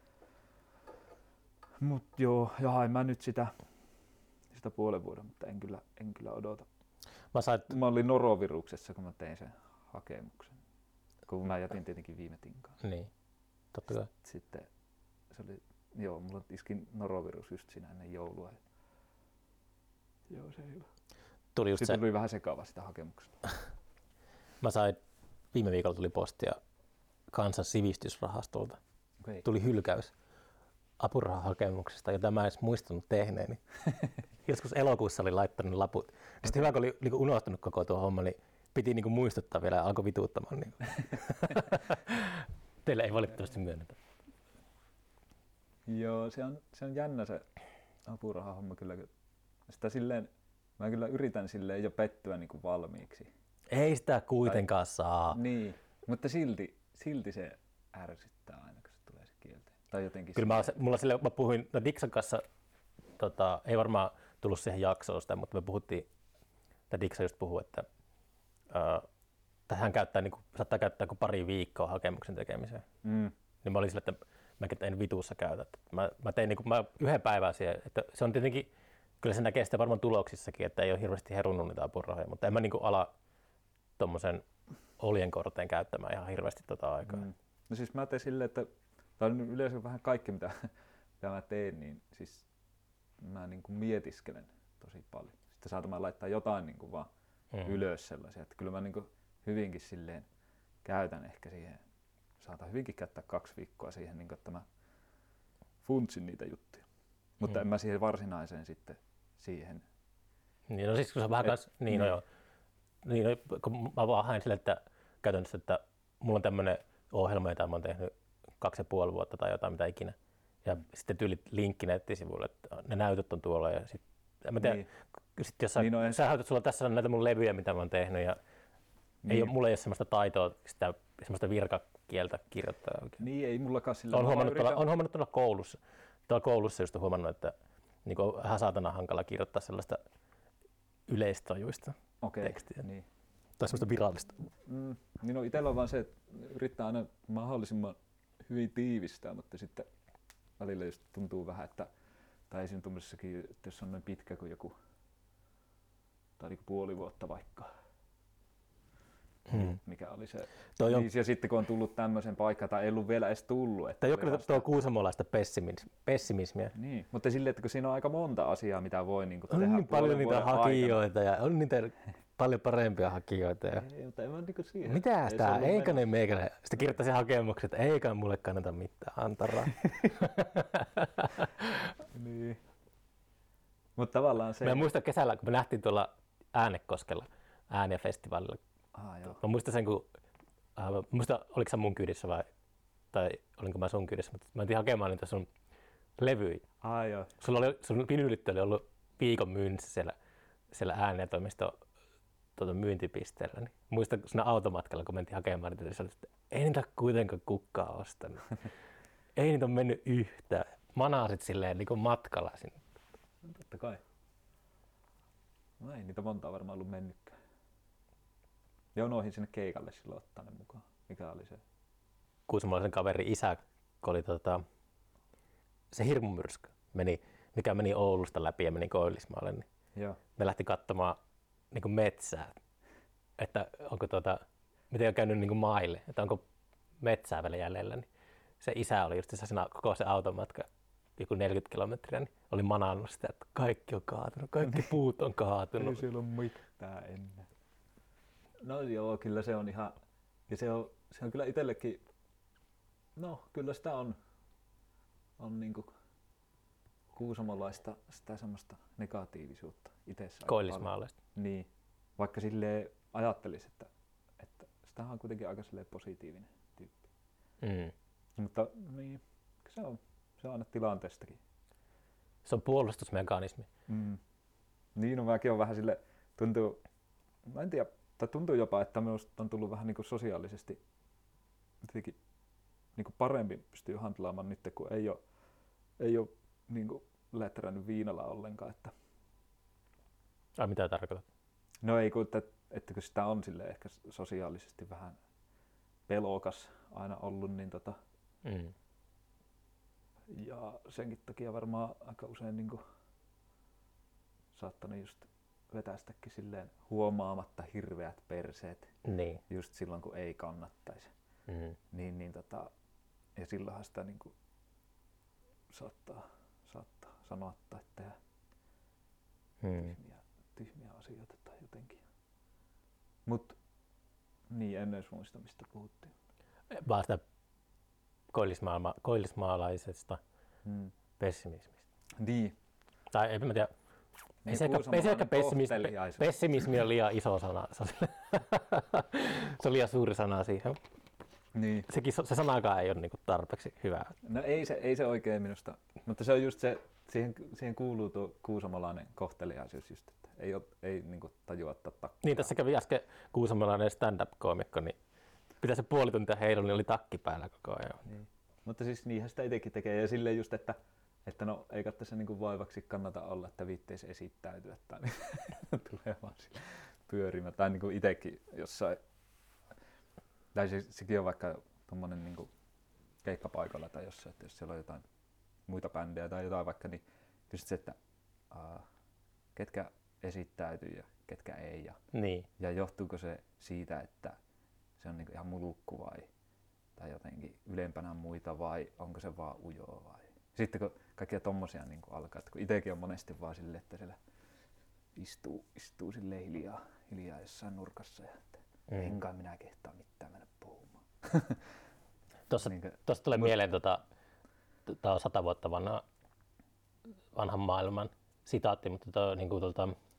Mut joo, ja hain mä nyt sitä puolen vuoden, mutta en kyllä odota. Mä olin noroviruksessa, kun mä tein sen hakemuksen. Kun mä jätin tietenkin viime tinkaan.
Niin, totta kai.
Sitten se oli, joo, mulla iski norovirus just siinä ennen joulua. Joo, se ei hyvä. Sitten tuli vähän sekava sitä hakemuksesta.
Mä sain, viime viikolla tuli postia Kansan sivistysrahastolta.
Okay.
Tuli hylkäys apurahahakemuksesta, jota mä en edes muistanut tehneeni. Joskus elokuussa oli laittanut laput. Sitten hyvä, kun oli niin unohtanut koko tuo homma, niin piti niin muistuttaa vielä ja alkoi vituuttamaan. Niin. Teille ei valitettavasti myönnetä.
Joo, se on jännä se apurahahomma kyllä. Sitä silleen, mä kyllä yritän silleen jo pettyä niin kuin valmiiksi.
Ei sitä kuitenkaan saa.
Niin, mutta silti se ärsyttää aina, kun se tulee se kielteen. Tai jotenkin
kyllä mä puhuin Dixan kanssa, ei varmaan tullut siihen jaksoon sitä, mutta me puhuttiin, että Dixan just puhui, että hän käyttää, niin kuin, saattaa käyttää kuin pari viikkoa hakemuksen tekemiseen. Niin mä olin sillä, että mäkin en vituussa käytä. Mä tein niin kuin, yhden päivän siihen, että se on tietenkin, kyllä se näkee sitä varmaan tuloksissakin, että ei ole hirveästi herunnut niitä apurahoja, mutta en mä niin kuin ala tommosen oljenkorteen käyttämään ihan hirveästi aikaa.
No siis mä teen silleen, että tai yleensä vähän kaikki mitä mä teen, niin siis mä niin kuin mietiskelen tosi paljon. Sitten saatan mä laittaa jotain niin kuin vaan ylös sellaisia, että kyllä mä niin kuin hyvinkin silleen käytän ehkä siihen, saatan hyvinkin käyttää 2 viikkoa siihen, niin kuin, että mä funtsin niitä juttuja. Mutta en mä siihen varsinaiseen sitten siihen.
Niin no siis kun sä vähän niin no joo. Niin, no, kun mä vaan hain sille, että käytännössä, että mulla on tämmönen ohjelma, jota mä oon tehnyt 2,5 vuotta tai jotain mitä ikinä. Ja sitten tyylit linkki nettisivuille, että ne näytöt on tuolla ja sit, mä tiedän, sit jos sä näytät, sulla tässä on näitä mun levyjä, mitä mä oon tehnyt ja mulla ei ole semmoista taitoa, semmoista virkakieltä kirjoittaa oikein.
Niin, ei mullakaan sillä.
On huomannut tuolla koulussa. Tuolla koulussa just on huomannut, että niin on ihan saatana hankala kirjoittaa sellaista yleistajuista tekstiä.
Niin.
Tai semmoista virallista.
Niin no itsellä on vaan se, että yrittää aina mahdollisimman hyvin tiivistää, mutta sitten välillä just tuntuu vähän, että tai esimerkiksi tuommoisessakin, että jos on noin pitkä kuin joku tai niin puoli vuotta vaikka, mikä oli se. Niin, ja sitten kun on tullut tämmöisen paikkaan, tai ei ollut vielä edes tullut.
Tämä on kyllä tuo kuusamolaista pessimismiä.
Niin, mutta silleen, että kun siinä on aika monta asiaa, mitä voi niin kuin tehdä
niin paljon niitä hakijoita
aikana.
Ja on niitä paljon parempia hakijoita. Ja
ei, mutta en mä niin kuin siihen.
Mitä sitä? Eikä ne meikälle. Sitten kirjoittaisi hakemukset, että eikä mulle kannata mitään antaa.
Niin. Mutta tavallaan se.
Mä muistan kesällä, kun me nähtiin tuolla Äänekoskella Ääniä-festivaalilla.
Joo.
Mä muistan sen, kun muista oliko sä mun kyydissä tai olinko mä sun kyydissä, mutta mä mentiin hakemaan niitä sun levyjä.
Joo.
Sun vinyylit oli ollut viikon myynnissä siellä Ääniä-toimiston myyntipisteellä. Niin muistan siinä automatkalla, kun mentiin hakemaan niitä, niin että ei niitä kuitenkaan kukaan ostanut. Ei niitä ole mennyt yhtään. Manasit silleen niin kuin matkalla sinne.
Totta kai. No ei niitä montaa varmaan ollut mennytkään. Ja unohdin sinne keikalle silloin ottaa ne mukaan. Mikä oli se
kuusamolaisen kaverin isä, kun oli se hirmumyrsky, mikä meni Oulusta läpi ja meni Koillismaalle, niin
Joo.
ne lähti katsomaan niin kuin metsää, että onko miten on käynyt niin kuin maille, että onko metsää vielä jäljellä. Niin se isä oli just siinä koko se automatka, joku 40 kilometriä, niin oli manannut sitä, että kaikki on kaatunut, kaikki puut on kaatunut.
Ei siellä ole mitään ennen. No joo, kyllä se on ihan, ja se on kyllä itsellekin, no kyllä sitä on niinku kuusamolaista sitä semmoista negatiivisuutta itsessä.
Koillismaalaista.
Niin, vaikka silleen ajattelisi, että sitähän on kuitenkin aika silleen positiivinen tyyppi. Mutta niin, se on aina tilanteestakin.
Se on puolustusmekanismi.
Niin, no mäkin on vähän sille, mä en tiedä, tai tuntuu jopa, että minusta on tullut vähän niin kuin sosiaalisesti jotenkin niin kuin parempi pystyy handlaamaan nyt, kun ei ole niin kuin lätrännyt viinalla ollenkaan. Että...
Ai mitä tarkoitat?
No ei, että kun sitä on sille ehkä sosiaalisesti vähän pelokas aina ollut, niin ja senkin takia varmaan aika usein niin kuin saattanut just vetästäkin silleen huomaamatta hirveät perseet,
niin.
Just silloin kun ei kannattaisi. Ja silloinhan sitä niin kuin saattaa sanoa tai tehdä tyhmiä asioita tai jotenkin. Mut niin, en edes muista mistä puhuttiin.
Vaan sitä koillismaalaisesta pessimismista.
Niin.
Tai en mä tiedä. Ei se ehkä pessimismi on liian iso sana. Se on liian suuri sana siihen.
Niin.
Se sanakaan ei ole niinku tarpeeksi hyvä.
No ei se oikein minusta, mutta se on just se, siihen kuuluu tuo kuusamolainen kohteliaisuus just, että ei niinku tajua ottaa takkia.
Niin, tässä kävi äsken kuusamolainen stand-up-koomikko, niin pitää se puoli tuntia heilun, niin oli takki päällä koko ajan.
Niin. Mutta siis niinhän sitä itsekin tekee ja silleen just, että no ei tässä niinku vaivaksi kannata olla, että viitteisi esittäytyä tai niin, tulee vaan pyörimään. Tai niinku itsekin jossain, tai sekin on vaikka tommonen niinku keikkapaikalla tai jossain, että jos siellä on jotain muita bändejä tai jotain vaikka, niin just se, että ketkä esittäytyy ja ketkä ei. Ja johtuuko se siitä, että se on niinku ihan mulukku tai jotenkin ylempänä muita vai onko se vaan ujoa vai? Sitten kun kaikkia tommosia niin alkaa, että kun itsekin on monesti vaan silleen, että siellä istuu silleen hiljaa jossain nurkassa ja että enkä minä kehtaa mitään mennä puhumaan.
Tuosta tulee mieleen, tämä on 100 vuotta vanhan maailman sitaatti, mutta tämä on niin kuin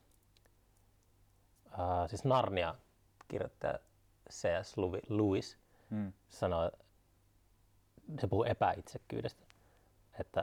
siis Narnia kirjoittaja C.S. Lewis sanoo, se puhuu epäitsekkyydestä. Että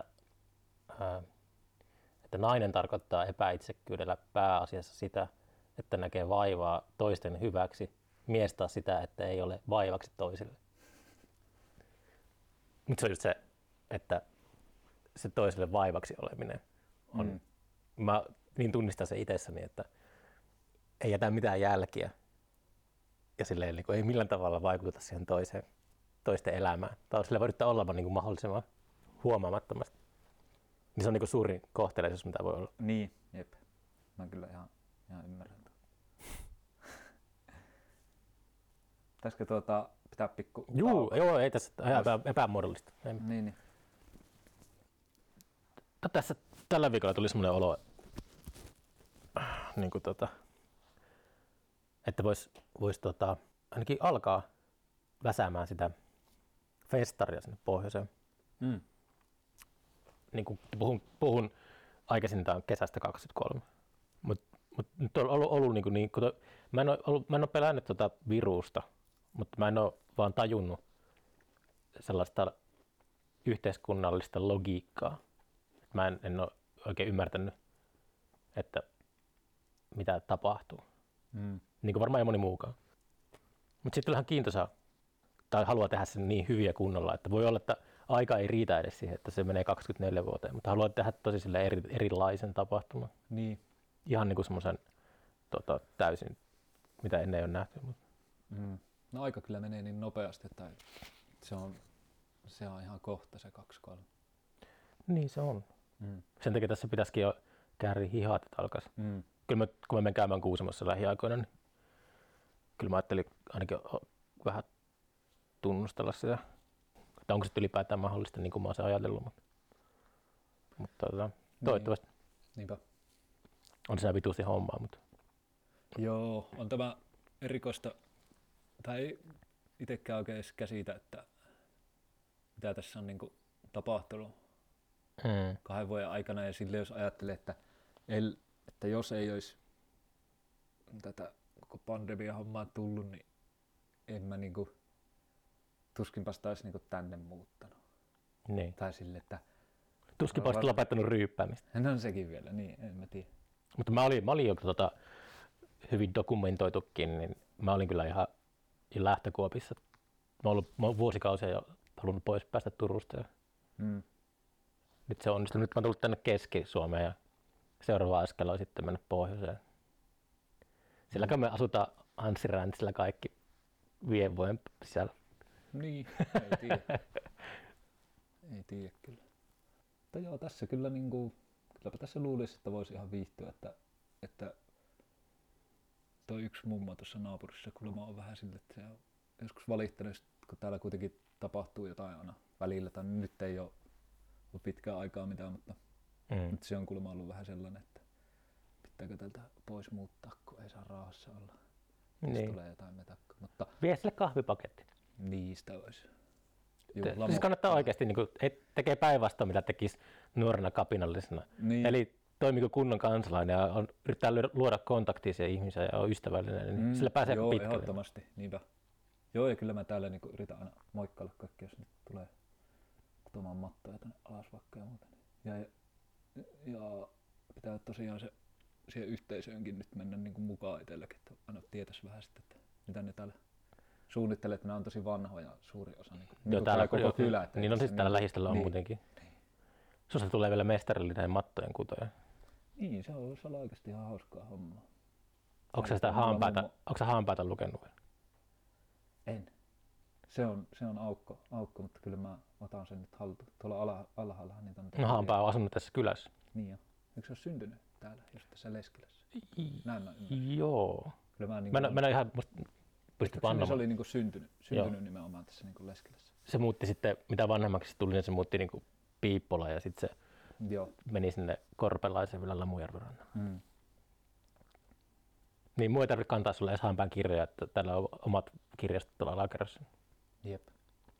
nainen tarkoittaa epäitsekkyydellä pääasiassa sitä, että näkee vaivaa toisten hyväksi, mies taas sitä, että ei ole vaivaksi toisille. Mutta se on just se, että se toiselle vaivaksi oleminen on, mä niin tunnistan se itsessäni, että ei jätä mitään jälkiä ja silleen, niin ei millään tavalla vaikuta siihen toisten elämään. Tai sillä voi yrittää olla niin kuin mahdollisimman huomaamattomasti. Niin se on niin suurin kohteliaisuus, mitä voi olla.
Niin, jep. Mä kyllä ihan ymmärrän. Pitäisikö pitää pikku...
Joo, ei tässä epämuodollista.
Niin.
Tässä tällä viikolla tuli semmoinen olo, niin kuin että vois ainakin alkaa väsäämään sitä festaria sinne pohjoiseen. Niin kuin puhun aikaisintaan kesästä 2023. Mut nyt on ollut mä en ole pelännyt virusta, mutta mä en ole vaan tajunnut sellaista yhteiskunnallista logiikkaa. Mä en ole oikein ymmärtänyt, että mitä tapahtuu. Niin kuin varmaan ei moni muukaan. Mutta sitten on ihan kiintoisaa, tai haluaa tehdä sen niin hyviä kunnolla, että voi olla, että aika ei riitä edes siihen, että se menee 24 vuoteen, mutta haluaa tehdä tosi erilaisen tapahtuman.
Niin.
Ihan niin kuin semmoisen täysin, mitä ennen ei ole nähty.
No aika kyllä menee niin nopeasti, että Se on ihan kohta se 2-3.
Niin se on. Sen takia tässä pitäisikin jo kääriä hihat, että alkaisi. Kyllä kun mä menen käymään Kuusamossa lähiaikoina, niin kyllä mä ajattelin ainakin vähän tunnustella sitä. Että onko se ylipäätään mahdollista, niin kuin mä oon sen ajatellut. Mutta toivottavasti.
Niinpä.
On se vituusti hommaa, mutta...
Joo, on tämä erikoista, tai ei itsekään oikein edes käsitä, että mitä tässä on niinku tapahtunut 2 vuoden aikana, ja sille jos ajattelee, että jos ei olisi tätä koko pandemia-hommaa tullut, niin en mä niinku, tuskinpas taisi niinku tänne muuttanut.
Niin.
Tai sille, että...
Tuskinpa olisit lopettanut ryyppäämistä.
No sekin vielä, niin en mä tiedä.
Mutta mä olin jo hyvin dokumentoitukin, niin mä olin kyllä ihan lähtökuopissa. Mä oon vuosikausia jo halunnut pois päästä Turusta. Nyt se on onnistunut. Nyt mä oon tullut tänne Keski-Suomeen ja seuraava askel on sitten mennä pohjoiseen. Silläkään me asutaan Anssi Räntsillä kaikki 5 vuoden sisällä.
Niin, ei tiedä. Ei tiedä kyllä. Mutta joo, tässä kyllä niinku, kylläpä tässä luulisi, että voisi ihan viihtyä, että toi yksi mummo tuossa naapurissa kuulemma on vähän sille, että se on joskus valittanut, kun täällä kuitenkin tapahtuu jotain aina välillä, tai nyt ei ole pitkään aikaa mitään, mutta nyt se on kuulemma ollut vähän sellainen, että pitääkö tältä pois muuttaa, kun ei saa rauhassa olla. Niin. Tulee jotain metakkaa. Mutta
vie sille kahvipaketti.
Niistä olisi.
Siis kannattaa oikeasti, niin kuin, tekee päinvastoin, mitä tekisi nuorena kapinallisena. Niin. Eli toimii kunnon kansalainen ja yrittää luoda kontaktia siihen ihmiseen ja on ystävällinen, niin sillä pääsee pitkälle.
Joo, ehdottomasti, niinpä. Joo, ja kyllä mä täällä niin yritän aina moikkailla kaikki, jos nyt tulee kutomaan mattoja tänne alas vaikka ja muuta. Ja pitää tosiaan se siihen yhteisöönkin nyt mennä niin kuin mukaan itselläkin, että aina tietäisi vähän sitten, että mitä ne täällä suunnittelee, että nämä on tosi vanhoja suuri osa. Niin täällä koko kylä.
Niin on siis täällä lähistöllä on muutenkin. Susta tulee vielä mestarillinen mattojen kutoja.
Niin, se on oikeasti ihan hauskaa hommaa.
Onko sä hampaita lukenut vielä?
En. Se on aukko, mutta kyllä mä otan sen nyt haltuun. Tuolla alhaalla niitä on.
No hampaa on asunut tässä kylässä.
Niin jo. Eikö se ole syntynyt täällä, just tässä Leskilässä? Näin mä
Joo.
Kyllä
mä en ihan pysty pannamaan.
Se oli niinku syntynyt nimenomaan tässä niinku Leskilässä.
Se muutti sitten, mitä vanhemmaksi tuli, niin se muutti niinku Piippola ja sitten se meni sinne Korpelaisen vielä Lamujärven rannalle. Niin mua ei tarvitse kantaa sulle edes hampaan kirjoja, että täällä on omat kirjastot tuolla alakerrassa.
Jep.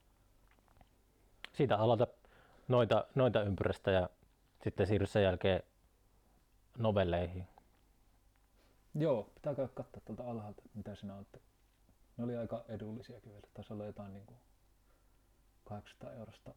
Siitä aloita noita ympyrästä ja sitten siirry sen jälkeen novelleihin.
Joo, pitää käydä katsoa tuolta alhaalta, mitä siinä on. Ne oli aika edullisia kyllä. Taisi olla jotain niinku 800 eurosta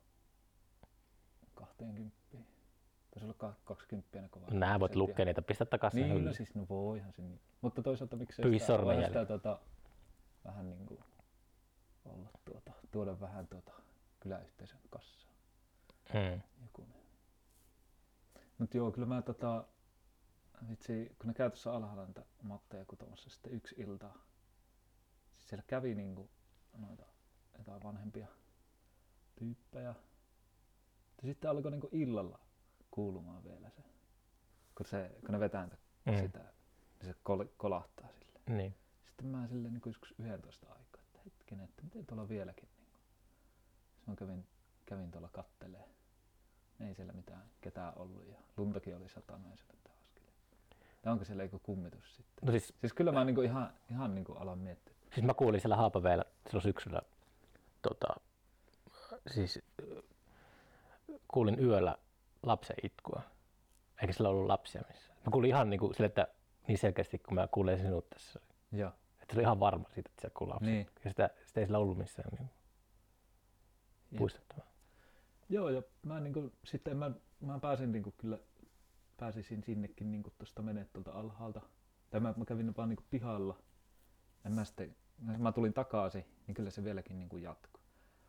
20. Taisi olla 20 kovaa.
Nää voit lukea niitä, pistä takaisin.
Niin, no siis voihan se niin. Mutta toisaalta miksei sitä vähän niinku olla tuoda vähän kyläyhteisön kassaa. Mut joo, kyllä mä vitsi, kun ne käy tuossa alhaalla niitä matteja kutomassa sitten yksi iltaa. Siis siellä kävi niinku noita jotain vanhempia tyyppejä. Ja sitten alkoi niinku illalla kuulumaan vielä se. Kun ne vetää sitä, niin se kolahtaa sille.
Niin.
Sitten mä silleen niin joskus 11 aikaa, että hetkinen, että miten tuolla vieläkin. Niin sitten mä kävin tuolla kattelee. Ei siellä mitään ketään ollut ja luntakin oli satanut ja se pitää askeleen. Tai onko siellä joku kummitus sitten?
No siis
kyllä mä niinku ihan niinku alan miettiä.
Siis mä kuulin siellä Haapavedellä silloin syksyllä, siis kuulin yöllä lapsen itkua. Eikä sillä ollut lapsia missään. Mä kuulin ihan niinku sille, että niin selkeästi kun mä kuulin sinut tässä.
Joo.
Että se oli ihan varma siitä, että siellä kuuluu lapsia.
Niin.
Ja sitä ei sillä ollut missään niin puistettavaa.
Joo, ja mä niinku sitten mä pääsin niinku kyllä pääsisin sinnekin niinku tuosta menee tuolta alhaalta. Tai mä kävin vaan niinku pihalla. Mä tulin takaisin, niin kyllä se vieläkin niinku jatkui.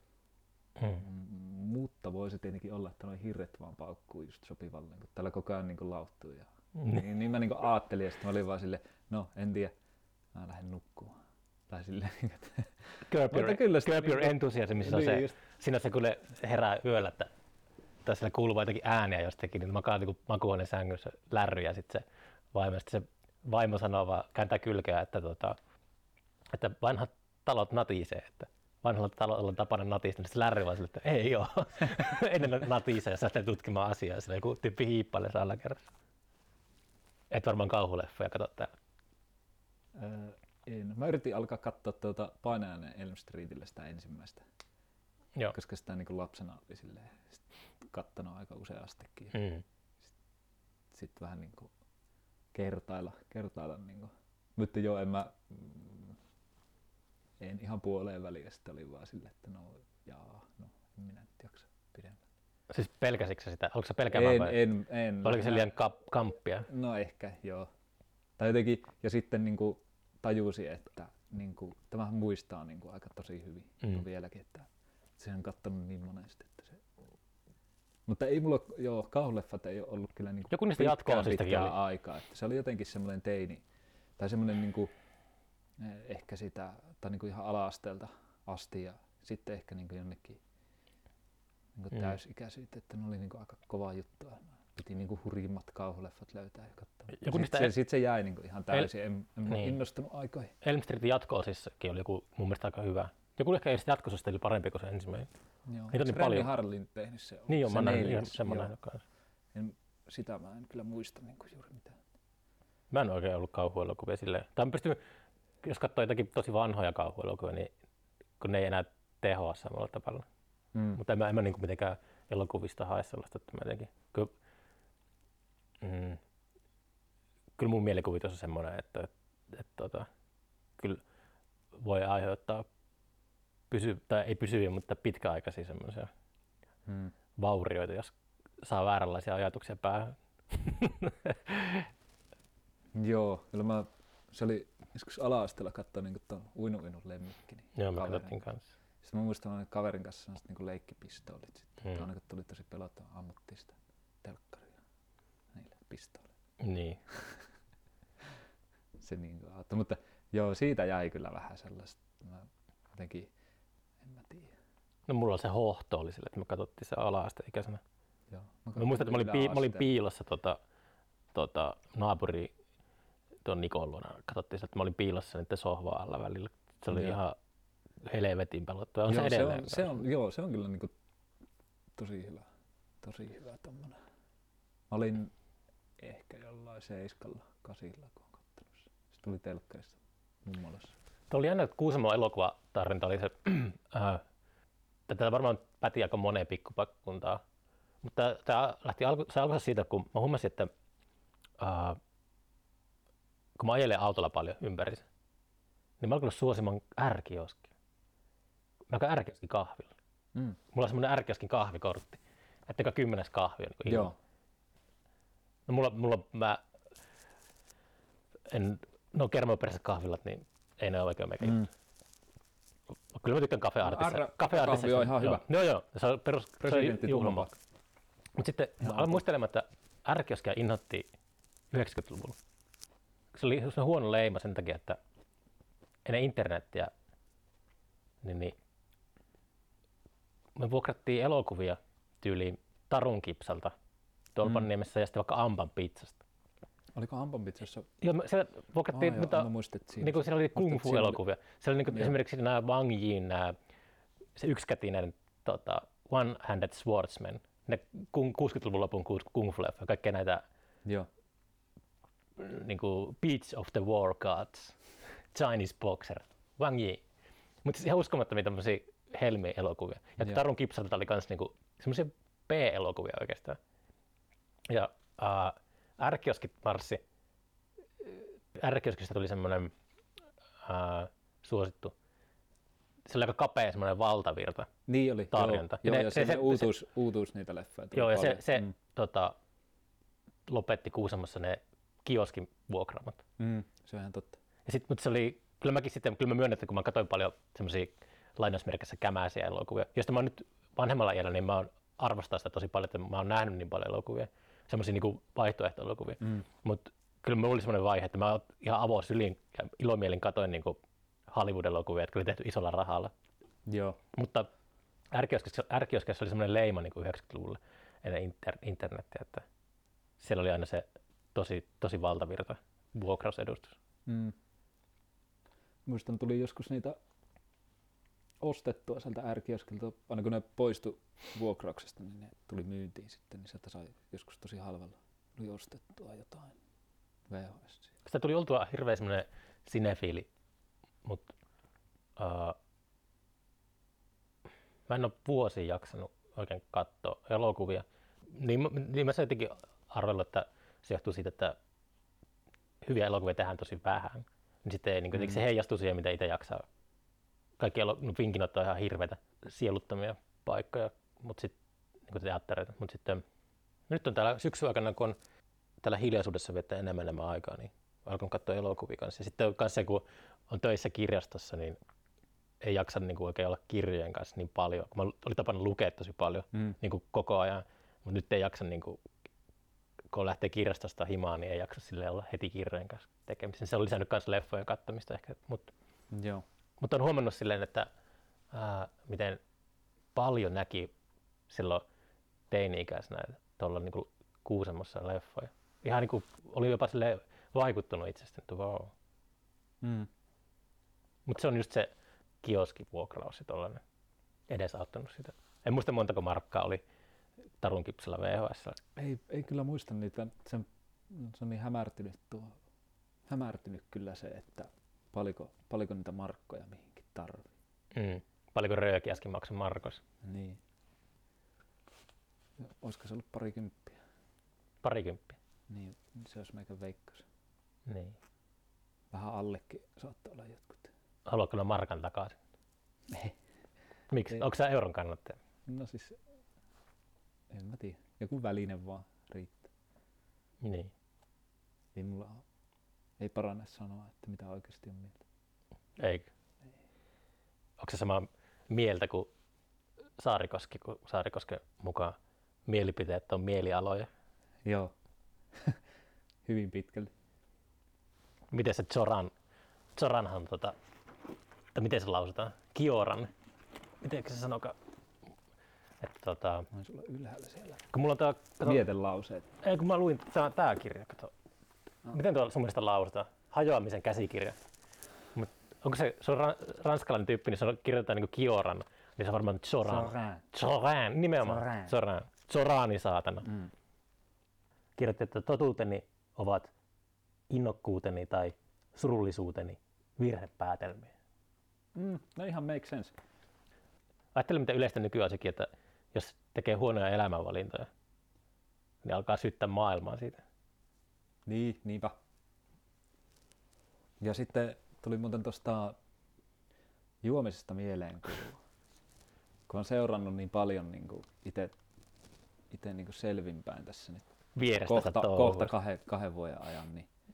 Mutta voisi tietenkin olla, että nuo hirret vaan paukkuu just sopivalle, kun täällä koko ajan niinku lauhtuu. Niin mä niinku ajattelin ja sitten mä olin vaan silleen, no en tiedä, mä lähden nukkumaan. Tai silleen, että
Curb Your Enthusiasmissa on
Niin,
se,
just.
siinä se kun herää yöllä, että tai sillä kuuluu vaan jotakin ääniä jostakin, niin makaa niin makuuhuoneen sängyssä lärry ja sitten se vaimo sanoo vaan, kääntää kylkeä, että vanhat talot natisee, että vanhalla talolla on tapana natista, niin se lärry vaan sille, että ei oo, ennen natisee ja sä lähtee tutkimaan asiaa, ja sillä joku tyyppi hiippailee alla kerrassa. Et varmaan kauhuleffoja katso täällä.
En. Mä yritin alkaa katsoa Painajainen Elm Streetille sitä ensimmäistä,
Joo.
koska sitä niin kuin lapsena oli silleen kattanut aika useastikin. Sitten vähän niin kuin kertailla niin kuin. Mutta joo, en ihan puoleen väliin, sitten oli vaan silleen, että en minä nyt jaksa pidemmän.
Siis pelkäsitkö sitä? Oliko se pelkäämään vai?
En.
Oliko se liian kamppia?
No ehkä, joo. Tai jotenkin, ja sitten niin kuin tajusin, että niin kuin, tämähän muistaa niin kuin aika tosi hyvin vieläkin, että se on kattonut niin monesti, että se... Mutta ei mulla, kauhuleffat ei ole ollut kyllä niin kuin
joku niistä
pitkään aikaa. Että se oli jotenkin semmoinen teini, tai semmoinen niin kuin, ehkä sitä, tai niin kuin ihan ala-asteelta asti, ja sitten ehkä niin kuin jonnekin niin kuin täysikäisyyttä, että ne oli niin kuin aika kova juttu. Piti niin kuin hurjimmat kauhuleffat löytää ja katsoa. Sitten se jäi niin kuin ihan täysin, en innostunut aikoihin.
Elm Streetin jatko-osissakin oli joku mun mielestä aika hyvä. Joku ehkä jatko-osista oli parempi kuin se ensimmäinen.
Joo.
Niitä oli paljon.
Harlin tehnyt se.
Niin on, mä näin semmoinen kanssa.
Sitä mä en kyllä muista niin kuin juuri mitään.
Mä en oikein ollut kauhuelokuvia silleen. Tai mä pystyn, jos katsoo jotakin tosi vanhoja kauhuelokuvia, niin kun ne ei enää tehoa samalla tavalla. Mutta en mä niin kuin mitenkään elokuvista hae sellaista, että mä jotenkin... Kyllä mun mielikuvitus on semmoinen, että kyllä voi aiheuttaa ei pysyviä, mutta pitkäaikaisia semmoisia vaurioita, jos saa vääränlaisia ajatuksia päähän.
Joo, kyllä se oli joskus ala-asteella katsoa niin tuon Uinu lemmikki. Niin
joo, me katsottiin kanssa.
Sitten mä muistan kaverin kanssa sellaiset niin leikkipistoolit. Sitten niin tuli tosi pelottava, ammuttiin sitä telkkaria niillä pistooleilla.
Niin.
Se niin kuin auttoi, mutta joo, siitä jäi kyllä vähän sellaista. Mä jotenkin, en mä tiedä.
No mulla se hohto oli sille, että me katsottiin se ala-asteikäisenä.
Joo.
Mä muistan, että mä olin piilossa naapuri tuon Nikon luona. Katsottiin sitä, että mä olin piilossa niiden sohvaa alla välillä. Se oli ihan helvetin pelottua. On se edelleen?
Se on kyllä niin kuin tosi hyvä. Tosi hyvä tommonen. Mä olin ehkä jollain 7-8, kun on kattonut se. Se tuli telkkarissa mummolassa.
Tuo oli jännä, että Kuusamon elokuvatarinta oli se, tätä varmaan päti aika moneen pikkupaikkakuntaan. Mutta se alkoi siitä, kun mä huomasin, että kun mä ajelen autolla paljon ympärissä, niin mä alkoin suosimaan R-kioskia. Mä käyn R-kioskin kahvilla. Mulla on semmoinen R-kioskin kahvikortti, että joka 10. kahvi on niin
Joo.
No kermaperäiset kahvilat, niin ei ne ole oikein meikä. Kyllä mä tykkään Cafe Artissa.
Kahvi on ihan hyvä.
Joo, se on juhlamaa. Mutta sitten aloin muistelemaan, että R-kioskia innoitti 90-luvulla. Se oli huono leima sen takia, että ennen internettiä niin me vuokrattiin elokuvia tyyliin Tarun Kipsalta Tolpanniemessä ja sitten vaikka Ampan pizzasta.
Oliko Ampan pizzassa?
Joo, se vuokrattiin, mutta niin siellä oli kung fu elokuvia. Siellä oli esimerkiksi nämä Wang Yin, se yksikätinen One-Handed Swordsman, ne 60-luvun lopun kung fu-leffa, kaikkea näitä niin kuin Beach of the War Gods, Chinese Boxer, Wang Yi. Mutta siis ihan uskomattomia tämmöisiä helmi-elokuvia. Ja Tarun Kipsalta oli myös niinku semmoisia B-elokuvia oikeastaan. Ja R-kioskit marssi. R-kioskista tuli semmoinen suosittu. Se oli aika kapea semmoinen valtavirta
niin oli,
tarjonta.
Joo, ja se uutuus niitä leffoja.
Joo, ja se lopetti Kuusamossa ne kioskin vuokraamat.
Se on ihan totta.
Ja mutta se oli, kyllä mä myönnän, että kun mä katsoin paljon semmoisia lainausmerkissä kämäisiä elokuvia, joista mä oon nyt vanhemmalla iällä, niin mä oon arvostaa sitä tosi paljon, että mä oon nähnyt niin paljon elokuvia, semmoisia niin vaihtoehto-elokuvia. Mutta kyllä mulla oli semmoinen vaihe, että mä ihan avosylin ja ilomielin katoin niin Hollywood-elokuvia, jotka oli tehty isolla rahalla.
Joo.
Mutta ärkioskessa oli semmoinen leima niin kuin 90-luvulla ennen internetiä, että siellä oli aina se tosi valtavirta vuokrausedustus.
Muistan, tuli joskus niitä ostettua sieltä ärkioskilta, aina kun ne poistui vuokrauksesta, niin ne tuli myyntiin sitten, niin sieltä sai joskus tosi halvalla. Tuli ostettua jotain VHS.
Sitä tuli oltua hirveän semmoinen sinefiili, mutta mä en ole vuosiin jaksanut oikein katsoa elokuvia. Niin mä jotenkin arvellut, että se johtuu siitä, että hyviä elokuvia tehdään tosi vähän. Niin sitten ei, niin se heijastuu siihen, mitä itse jaksaa. Kaikki vinkinot on ihan hirveitä sieluttomia paikkoja, mutta sitten niin teattereita. Mutta sitten nyt on täällä syksyn aikana, kun on täällä hiljaisuudessa viettää enemmän aikaa, niin alkanut katsoa elokuvia kanssa. Ja sitten on myös se, kun on töissä kirjastossa, niin ei jaksa niin kuin oikein olla kirjojen kanssa niin paljon. Mä olin tapana lukea tosi paljon niin kuin koko ajan, mutta nyt ei jaksa, niin kuin, kun lähtee kirjastosta himaan, niin ei jaksa sille olla heti kirjojen kanssa tekemisen. Se on lisännyt myös leffojen katsomista ehkä, mutta on huomannut silleen, että miten paljon näki silloin teini-ikäisenä tuolla niin kuin Kuusamossa leffoja. Ihan niin kuin oli jopa silleen vaikuttunut itsestä, että wow. Mutta se on just se kioskivuokraus ja tollainen edesauttanut sitä. En muista montako markkaa oli Tarunkipsalla VHS.
Ei kyllä muista niitä. Se on niin hämärtynyt kyllä se, että paljonko niitä markkoja mihinkin tarvii.
Paljonko röökiäskin maksaa markoissa.
Niin. Olisiko se ollut parikymppiä?
Parikymppiä?
Niin, se olisi meikä veikkaus.
Niin.
Vähän allekin saattaa olla jotkut.
Haluatko ne markan takaisin?
Ei.
Miksi? Onko sä euron kannattaja?
No siis, en mä tiedä. Joku väline vaan riittää.
Niin.
Ei parane sanoa, että mitä oikeasti on mieltä.
Eikö? Ei. Onko se samaa mieltä kuin Saarikoski, kun Saarikosken mukaan mielipiteet on mielialoja?
Joo. Hyvin pitkälti.
Miten se Zoranhan, miten se lausutaan? Kioran. Miten se sanokaan? Että
Noin sulla ylhäällä siellä.
Kun mulla on
Mietelauseet.
Ei, kun mä luin tää kirja, kato. Miten tuolla sun mielestä lausutaan? Hajoamisen käsikirja. Onko se on ranskalainen tyyppi, niin se kirjoitetaan niinku Kioran, niin se on varmaan Zoran, nimenomaan. Zorani saatana. Kirjoitti, että totuuteni ovat innokkuuteni tai surullisuuteni virhepäätelmiä.
No ihan make sense.
Ajattelen, mitä yleistä nykyään sekin, että jos tekee huonoja elämänvalintoja, niin alkaa syyttää maailmaa siitä.
Niin, niinpä. Ja sitten tuli muuten tuosta juomisesta mieleen, kun on seurannut niin paljon niin itse niin selvinpäin tässä nyt. Kohta kahden vuoden ajan,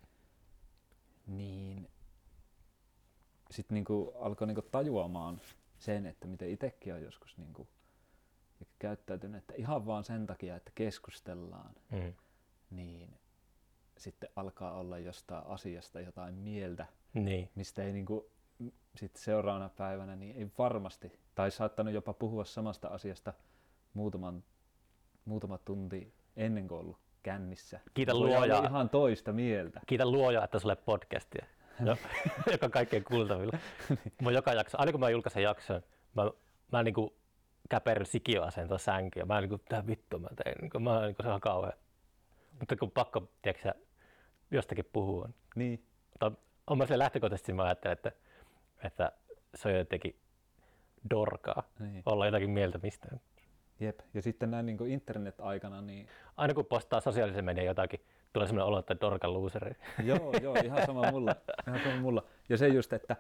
niin sitten niin alkoi niin tajuamaan sen, että miten itsekin on joskus niin käyttäytynyt, että ihan vaan sen takia, että keskustellaan, niin sitten alkaa olla jostain asiasta jotain mieltä, mistä ei sitten seuraavana päivänä niin ei varmasti, tai saattanut jopa puhua samasta asiasta muutama tunti ennen kuin ollut kännissä.
Kiitä luojaa.
Ihan toista mieltä.
Kiitä luojaa, että sulle podcastia, joka on kaikkein kuultavilla. Mä joka jakso, aina kun mä julkaisen jakson, mä niinku käperryn sikiöaseen tuossa sänkyä. Mä niinku, tää vittu mä tein, mä niinku, se on kauhea. Mutta kun pakko, tiedätkö jostakin puhua.
Niin.
On mä sille lähtökohtaisesti, mä ajattelen, että se on jotenkin dorkaa olla jotakin mieltä mistään.
Jep, ja sitten näin niin internet-aikana niin...
Aina kun postaa sosiaalisen median jotakin, tulee sellainen olo, että dorkan looseri.
Joo, ihan sama mulla. Ja se just, että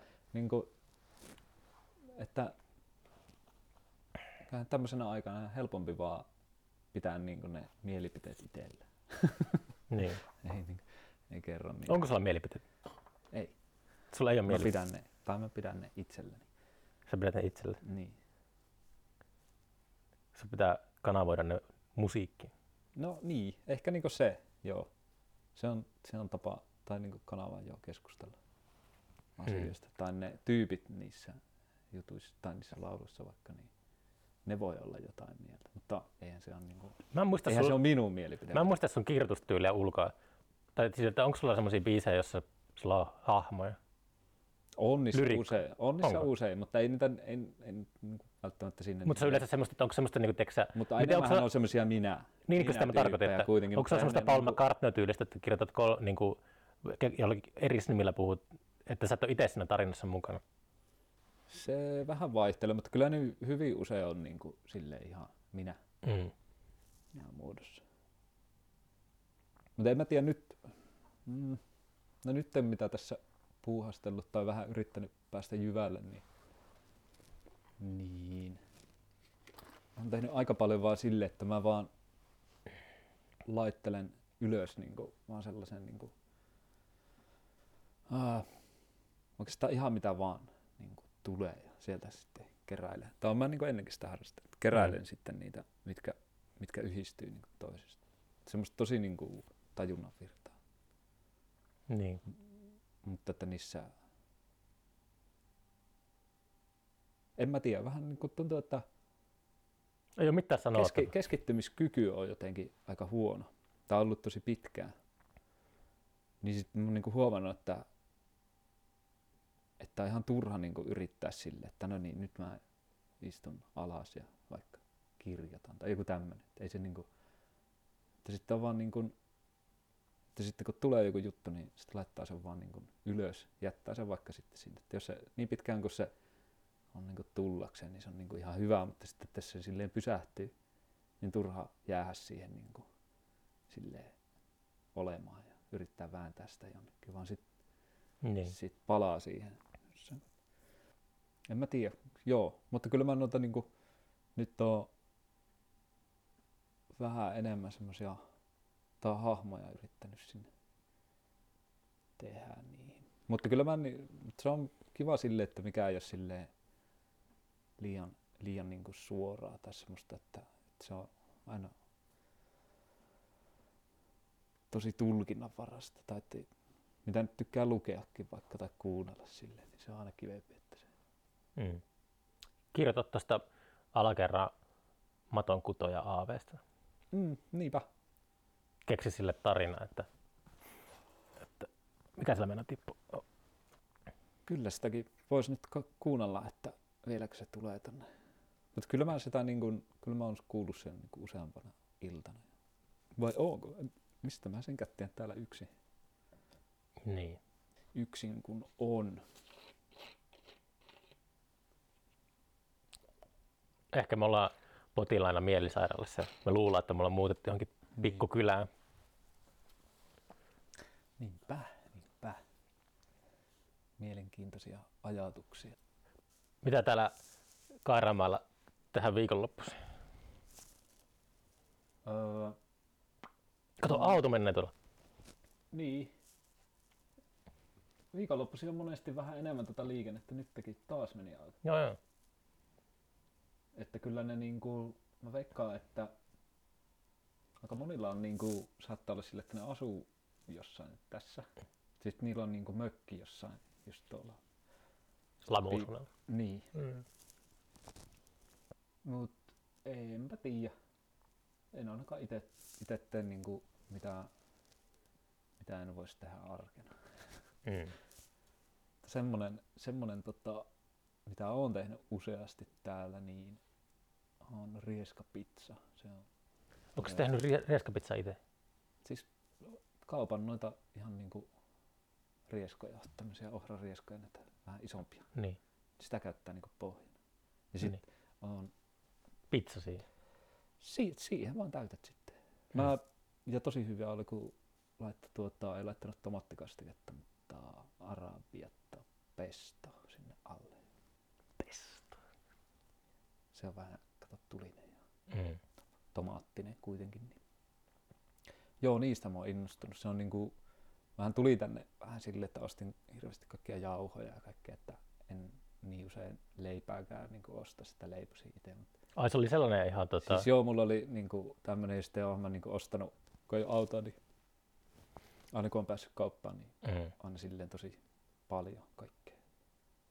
tämmöisenä aikana helpompi vaan pitää ne mielipiteet itsellä.
Niin.
Ei kerro niin.
Onko sulla mielipiteet?
Ei.
Sulla ei ole mielipiteet?
Mä pidän ne itselläni.
Sä pidät ne itsellä?
Niin.
Se pitää kanavoida ne musiikkiin.
No niin, ehkä se, joo. Se on tapa, tai kanava joo keskustella. asioista. Tai ne tyypit niissä jutuissa tai niissä lauluissa vaikka, niin ne voi olla jotain mieltä. Mutta eihän se ole, niinku, se ole minun mielipide.
Mä en muista sun kirjoitustyyliä ulkoa. Tai siis, että onko sulla semmoisia biisejä, joissa sulla on hahmoja?
On niissä usein, mutta ei niitä niinku välttämättä sinne.
Mutta se on yleensä semmoista, että onko semmoista niinku teksä...
Mutta enemmän on semmoisia
Niin kuin sitä mä tarkoitin, että onko se semmoista Paul McCartney-tyylistä, että kirjoitat niinku, jollakin eri nimillä puhut, että sä et ole itse siinä tarinassa mukana?
Se vähän vaihtelee, mutta kyllä ne hyvin usein on niinku silleen ihan minä muodossa. Mutta en mä tiedä nyt, no nyt mitä tässä puuhastellut tai vähän yrittänyt päästä jyvälle, niin olen tehnyt aika paljon vaan sille, että mä vaan laittelen ylös niinku, vaan sellaisen niinku, oikeastaan ihan mitä vaan niinku tulee ja sieltä sitten keräilen. Tai on mä niinku ennenkin sitä harrastanut, keräilen sitten niitä, mitkä yhdistyy niinku toisesta. Semmoista tosi niinku tajunnan virtaa.
Niin.
Mutta että niissä, en mä tiedä, vähän niin kuin tuntuu, että
ei ole mitään sanoa.
Keskittymiskyky on jotenkin aika huono. Tämä on ollut tosi pitkään. Niin sitten mä oon niin huomannut, että on ihan turha niin yrittää sille, että no niin, nyt mä istun alas ja vaikka kirjoitan tai joku tämmöinen. Ei se niinku, että sitten on vaan niin kuin, että sitten kun tulee joku juttu, niin sitten laittaa sen vaan niin kuin ylös, jättää sen vaikka sitten sinne. Että jos se niin pitkään kuin se on niin kuin tullakseen, niin se on niin kuin ihan hyvä, mutta sitten tässä se silleen pysähtyy, niin turha jäädä siihen niin kuin silleen olemaan ja yrittää vääntää sitä jonnekin, vaan sitten sit palaa siihen. En mä tiedä, joo, mutta kyllä mä noita niin kuin, nyt on vähän enemmän semmoisia hahmoja yrittänyt sinne tehdä niihin. Mutta kyllä se on kiva sille, että mikä ei ole silleen liian niin kuin suoraa tai semmoista, että se on aina tosi tulkinnanvarasta. Tai että mitä nyt tykkää lukeakin vaikka tai kuunnella silleen, niin se on aina kivempi. Että se.
Kirjoita tuosta alakerran matonkutoja Aavesta.
Niinpä.
Keksi sille tarina, että mikä sillä mennä tippu.
Kyllä sitäkin voisi nyt kuunnella, että vieläkö se tulee tonne. Mutta kyllä mä sitä niin kuin, kyllä mä oon kuullut sen niin kuin useampana iltana. Vai onko? Mistä mä sen kättien täällä yksin?
Niin.
Yksin kun on.
Ehkä me ollaan potilaina mielisairaalassa. Me luullaan, että me ollaan muutettu johonkin pikkukylään.
Niinpä. Mielenkiintoisia ajatuksia.
Mitä täällä Kairaanmaalla tehdään viikonloppuisin? Kato, auto menee tuolla.
Niin. Viikonloppuisin on monesti vähän enemmän tätä liikennettä. Nytkin taas meni auto.
Joo.
Että kyllä ne niinku, mä veikkaan, että aika monilla on niinku, saattaa olla sille, että ne asuu jossain tässä. Sitten niillä on niinku mökki jossain, just tuolla.
Lamuusunella.
Niin. Mut enpä tiedä. En ainakaan ite tee niinku mitä en voisi tehdä arkena. Semmonen mitä oon tehnyt useasti täällä, niin on rieskapizza. Se on.
Onko sä tehnyt rieskapizza itse?
Siis kaupan noita ihan niinku rieskoja, tämmöisiä ohrarieskoja, näitä vähän isompia.
Niin.
Sitä käyttää niinku pohjana. Ja sit on
pizza siihen.
Siihen vaan täytät sitten. Ja tosi hyvä oli, kun ei laittanut tomattikastiketta, mutta arabiatta pesto sinne alle.
Pesto.
Se on vähän, tulinen ja tomaattinen kuitenkin. Niin. Joo, niistä mä oon innostunut. Se on niinku, vähän tuli tänne vähän silleen, että ostin hirveästi kaikkia jauhoja ja kaikkea, että en niin usein leipääkään niinku osta sitä leiposin itse.
Ai se oli sellainen ihan
Siis joo, mulla oli niinku tämmönen, ja sitten oon mä niinku ostanut, kun ei ole autoa, niin aina kun on päässyt kauppaan, niin aina silleen tosi paljon kaikkea.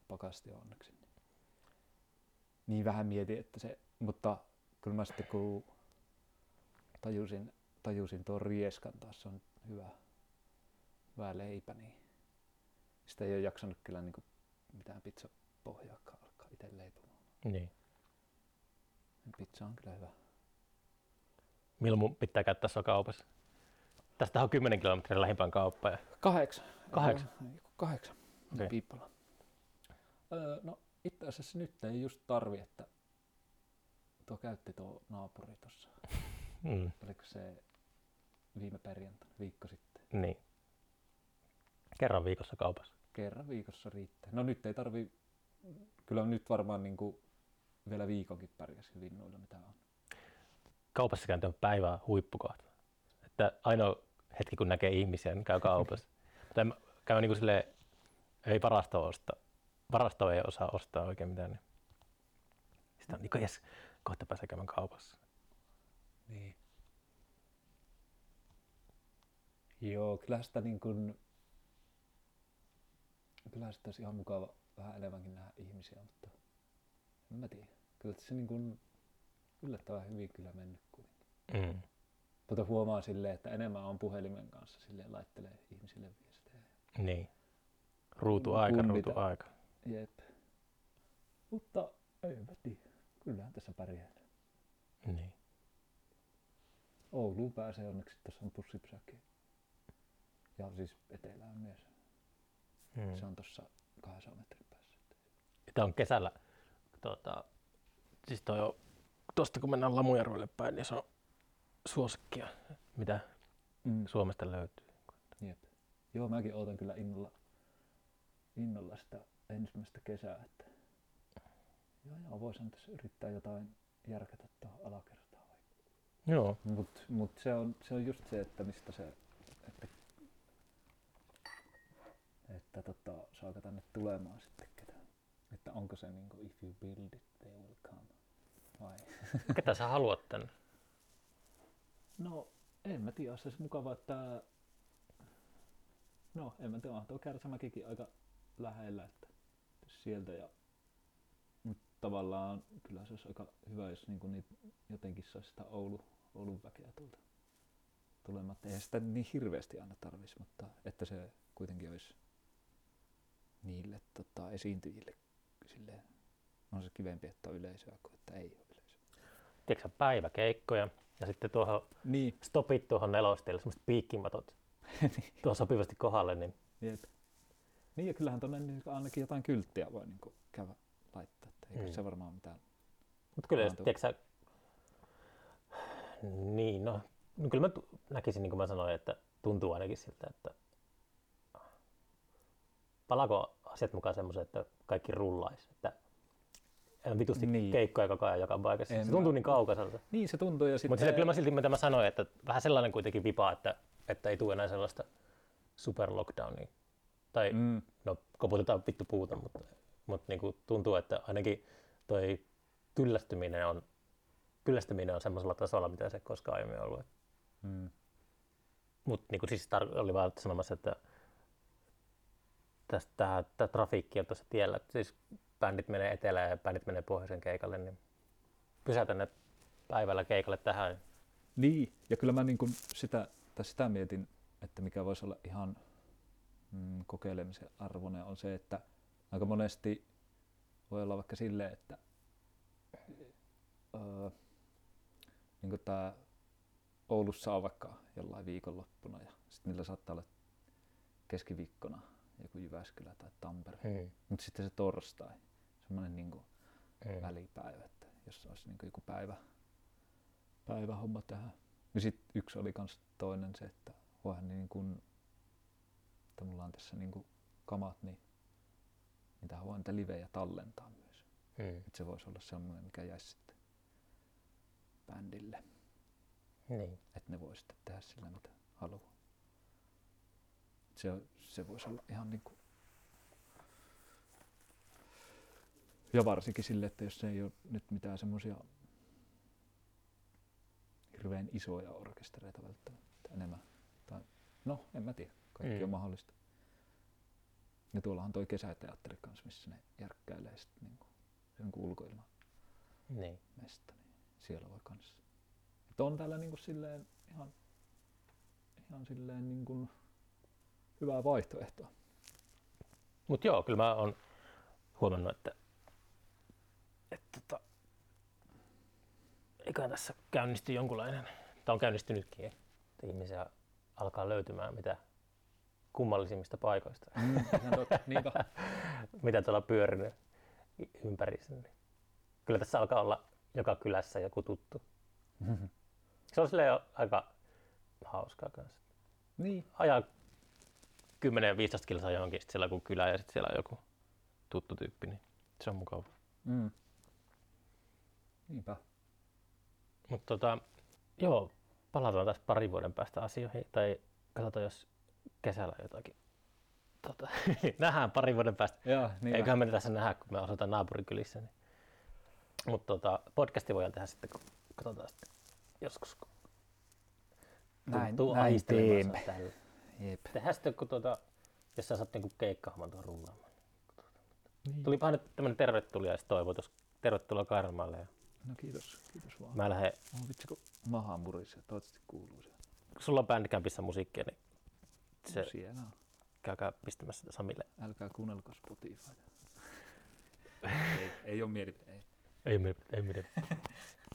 pakasti onneksi. Niin vähän mietin, että se, mutta kyllä mä sitten kun tajusin tuon rieskan taas on hyvä leipä, niin sitä ei ole jaksanut kyllä niin kuin mitään pizzapohjaakaan alkaa itse leipomaan.
Niin.
Pizza on kyllä hyvä.
Milloin mun pitää käyttää sua kaupassa? Tästä on 10 kilometriä lähimpään kauppaan. Ja...
8.
8?
8.
Okay.
Piippala. No itse asiassa nyt ei just tarvi, että tuo käytti tuo naapuri tuossa. Oliko se viime perjantaina, viikko sitten?
Niin. Kerran viikossa kaupassa.
Kerran viikossa riittää. No nyt ei tarvi, kyllä nyt varmaan niin kuin vielä viikonkin pärjäs hyvin noilla mitä on.
Kaupassa käynti on päivää huippukohta. Että ainoa hetki kun näkee ihmisiä, niin käy kaupassa. Mutta käy niin kuin silleen, ei varastoa ei osaa ostaa oikein mitään. Niin. Sitten on niin kuin jes, kohta pääsee käymään kaupassa.
Niin. Joo, kyllä sitä niin kuin, kyllä sitä olisi ihan mukava vähän enemmänkin nähdä ihmisiä, mutta en mä tiedä. Kyllä se niin kuin yllättävän hyvin kyllä mennyt kuitenkin. Mutta huomaa silleen, että enemmän on puhelimen kanssa silleen laittelee ihmisille viestejä.
Niin. Ruutuaika.
Jep. Mutta ei mä tiedä. Kyllähän tässä pärjää.
Niin.
Ouluun pääsee onneksi, tässä on bussipysäkki. Ja siis etelään myös. Se on tuossa 200 metrin päässä.
Tämä on kesällä, siis toi on, tuosta kun mennään Lamujärvelle päin, niin se on suosikkia, mitä Suomesta löytyy.
Jep. Joo, mäkin ootan kyllä innolla sitä ensimmäistä kesää, että joo, voisin tässä yrittää jotain järkätä tuohon alakertaan.
Joo.
Mut se on just se, että mistä se, että saako tänne tulemaan sitten ketään. Että onko se niinku if you build it, they will come. Vai?
Ketä sä haluat tänne?
No, en mä tiedä, se mukava, että no, en mä tiedä, tuo Kärsämäkikin aika lähellä, että sieltä ja mutta tavallaan kyllä se olisi aika hyvä, jos niinku niitä jotenkin saisi sitä Oulun väkeä tuolta tulematta. Eihän sitä niin hirveästi aina tarvitsisi, mutta että se kuitenkin olisi niille esiintyjille silleen, on se kivempi, että on yleisöä kuin että ei ole yleisöä.
Tiedätkö päiväkeikkoja ja sitten tuohon
niin.
Stopit tuohon Nelostielle, semmoiset piikkimatot tuohon sopivasti kohdalle. Niin.
Jep. Niin ja kyllähän tuonne niin ainakin jotain kylttiä voi niin käydä laittaa, että eikö se varmaan mitään.
Mutta kyllä, tiedätkö niin, no kyllä mä näkisin, niin kuin mä sanoin, että tuntuu ainakin siltä, että palaako asiat mukaan semmoisen, että kaikki rullaisi, että en vitusti keikkoja koko ajan joka paikassa. Se tuntuu niin kaukaiselta.
Niin se tuntuu.
Mutta kyllä mä silti, mitä mä sanoin, että vähän sellainen kuitenkin vipaa, että ei tule enää sellaista super lockdownia. Tai no koputetaan vittu puuta, mutta niin kuin tuntuu, että ainakin toi kyllästyminen on semmoisella tasolla, mitä se koskaan aiemmin ollut. Mutta niin siis oli vaan sanomassa, että tämä trafiikki on tuossa tiellä. Siis bändit menee etelään ja bändit menee pohjoisen keikalle, niin pysäytä ne päivällä keikalle tähän.
Niin, ja kyllä mä niin kuin sitä mietin, että mikä voisi olla ihan kokeilemisen arvoinen on se, että aika monesti voi olla vaikka silleen, että niin kuin tää Oulussa on vaikka jollain viikonloppuna ja sitten niillä saattaa olla keskiviikkona joku Jyväskylä tai Tampere. Mutta sitten se torstai, semmoinen niin kuin välipäivä, että jos olisi niin kuin joku päivähomma tähän. Ja sitten yksi oli kans toinen se, että voihan niin kuin, että mulla on tässä niin kuin kamat, niin niitä voi niitä livejä tallentaa myös. Että se voisi olla semmoinen, mikä jäisi sitten bändille.
Niin.
Että ne voi sitten tehdä sillä mitä haluaa. Se voisi olla ihan niinku. Ja varsinkin sille, että jos ei ole nyt mitään semmoisia hirveän isoja orkestereita välttämättä enemmän. Tai, no, en mä tiedä. Kaikki on mahdollista. Ja tuollahan toi kesäteatteri kanssa, missä ne järkkäilee sitten niinku, se on ulkoilma
Niin.
mesta, niin siellä voi kanssa. Et on täällä niinku silleen ihan silleen niinku hyvää vaihtoehtoa.
Mut joo, kyllä mä oon huomannut, että eiköhän tässä käynnisty jonkunlainen, tai on käynnistynytkin, että ihmisiä alkaa löytymään mitä kummallisimmista paikoista.
Niinpä.
Mitä tuolla pyörinyt ympärissä. Niin kyllä tässä alkaa olla joka kylässä joku tuttu. Se on silleen aika hauskaa kanssa.
Niin.
Ajaa 10-15 kilsaa johonkin, sitten siellä on joku kylä ja sitten siellä on joku tuttu tyyppi, niin se on mukava.
Niinpä.
Mutta joo, palataan taas parin vuoden päästä asioihin, tai katsotaan jos kesällä jotakin. Nähdään parin vuoden päästä. Eiköhän me tässä nähdä, kun me asutaan naapurikylissä. Niin. Mutta podcasti voidaan tehdä sitten, kun katsotaan sitten joskus, kun tuntuu aistelemaan tällä. Tehdään sitten, kun jos sä saat niinku keikkahomman tuohon rullaamaan. Niin. Tulipahan nyt tämmönen tervetuliaistoivotus. Tervetuloa Karmaalle.
No kiitos vaan.
Mä lähden.
Vitsi kun maha murisee, toivottavasti kuuluu se.
Kun sulla on Bandcampissa musiikkia, niin se
siellä on.
Käykää pistämässä sitä Samille.
Älkää kuunnelko Spotifyta. ei ole mielipiteitä.
Ei mielipiteitä.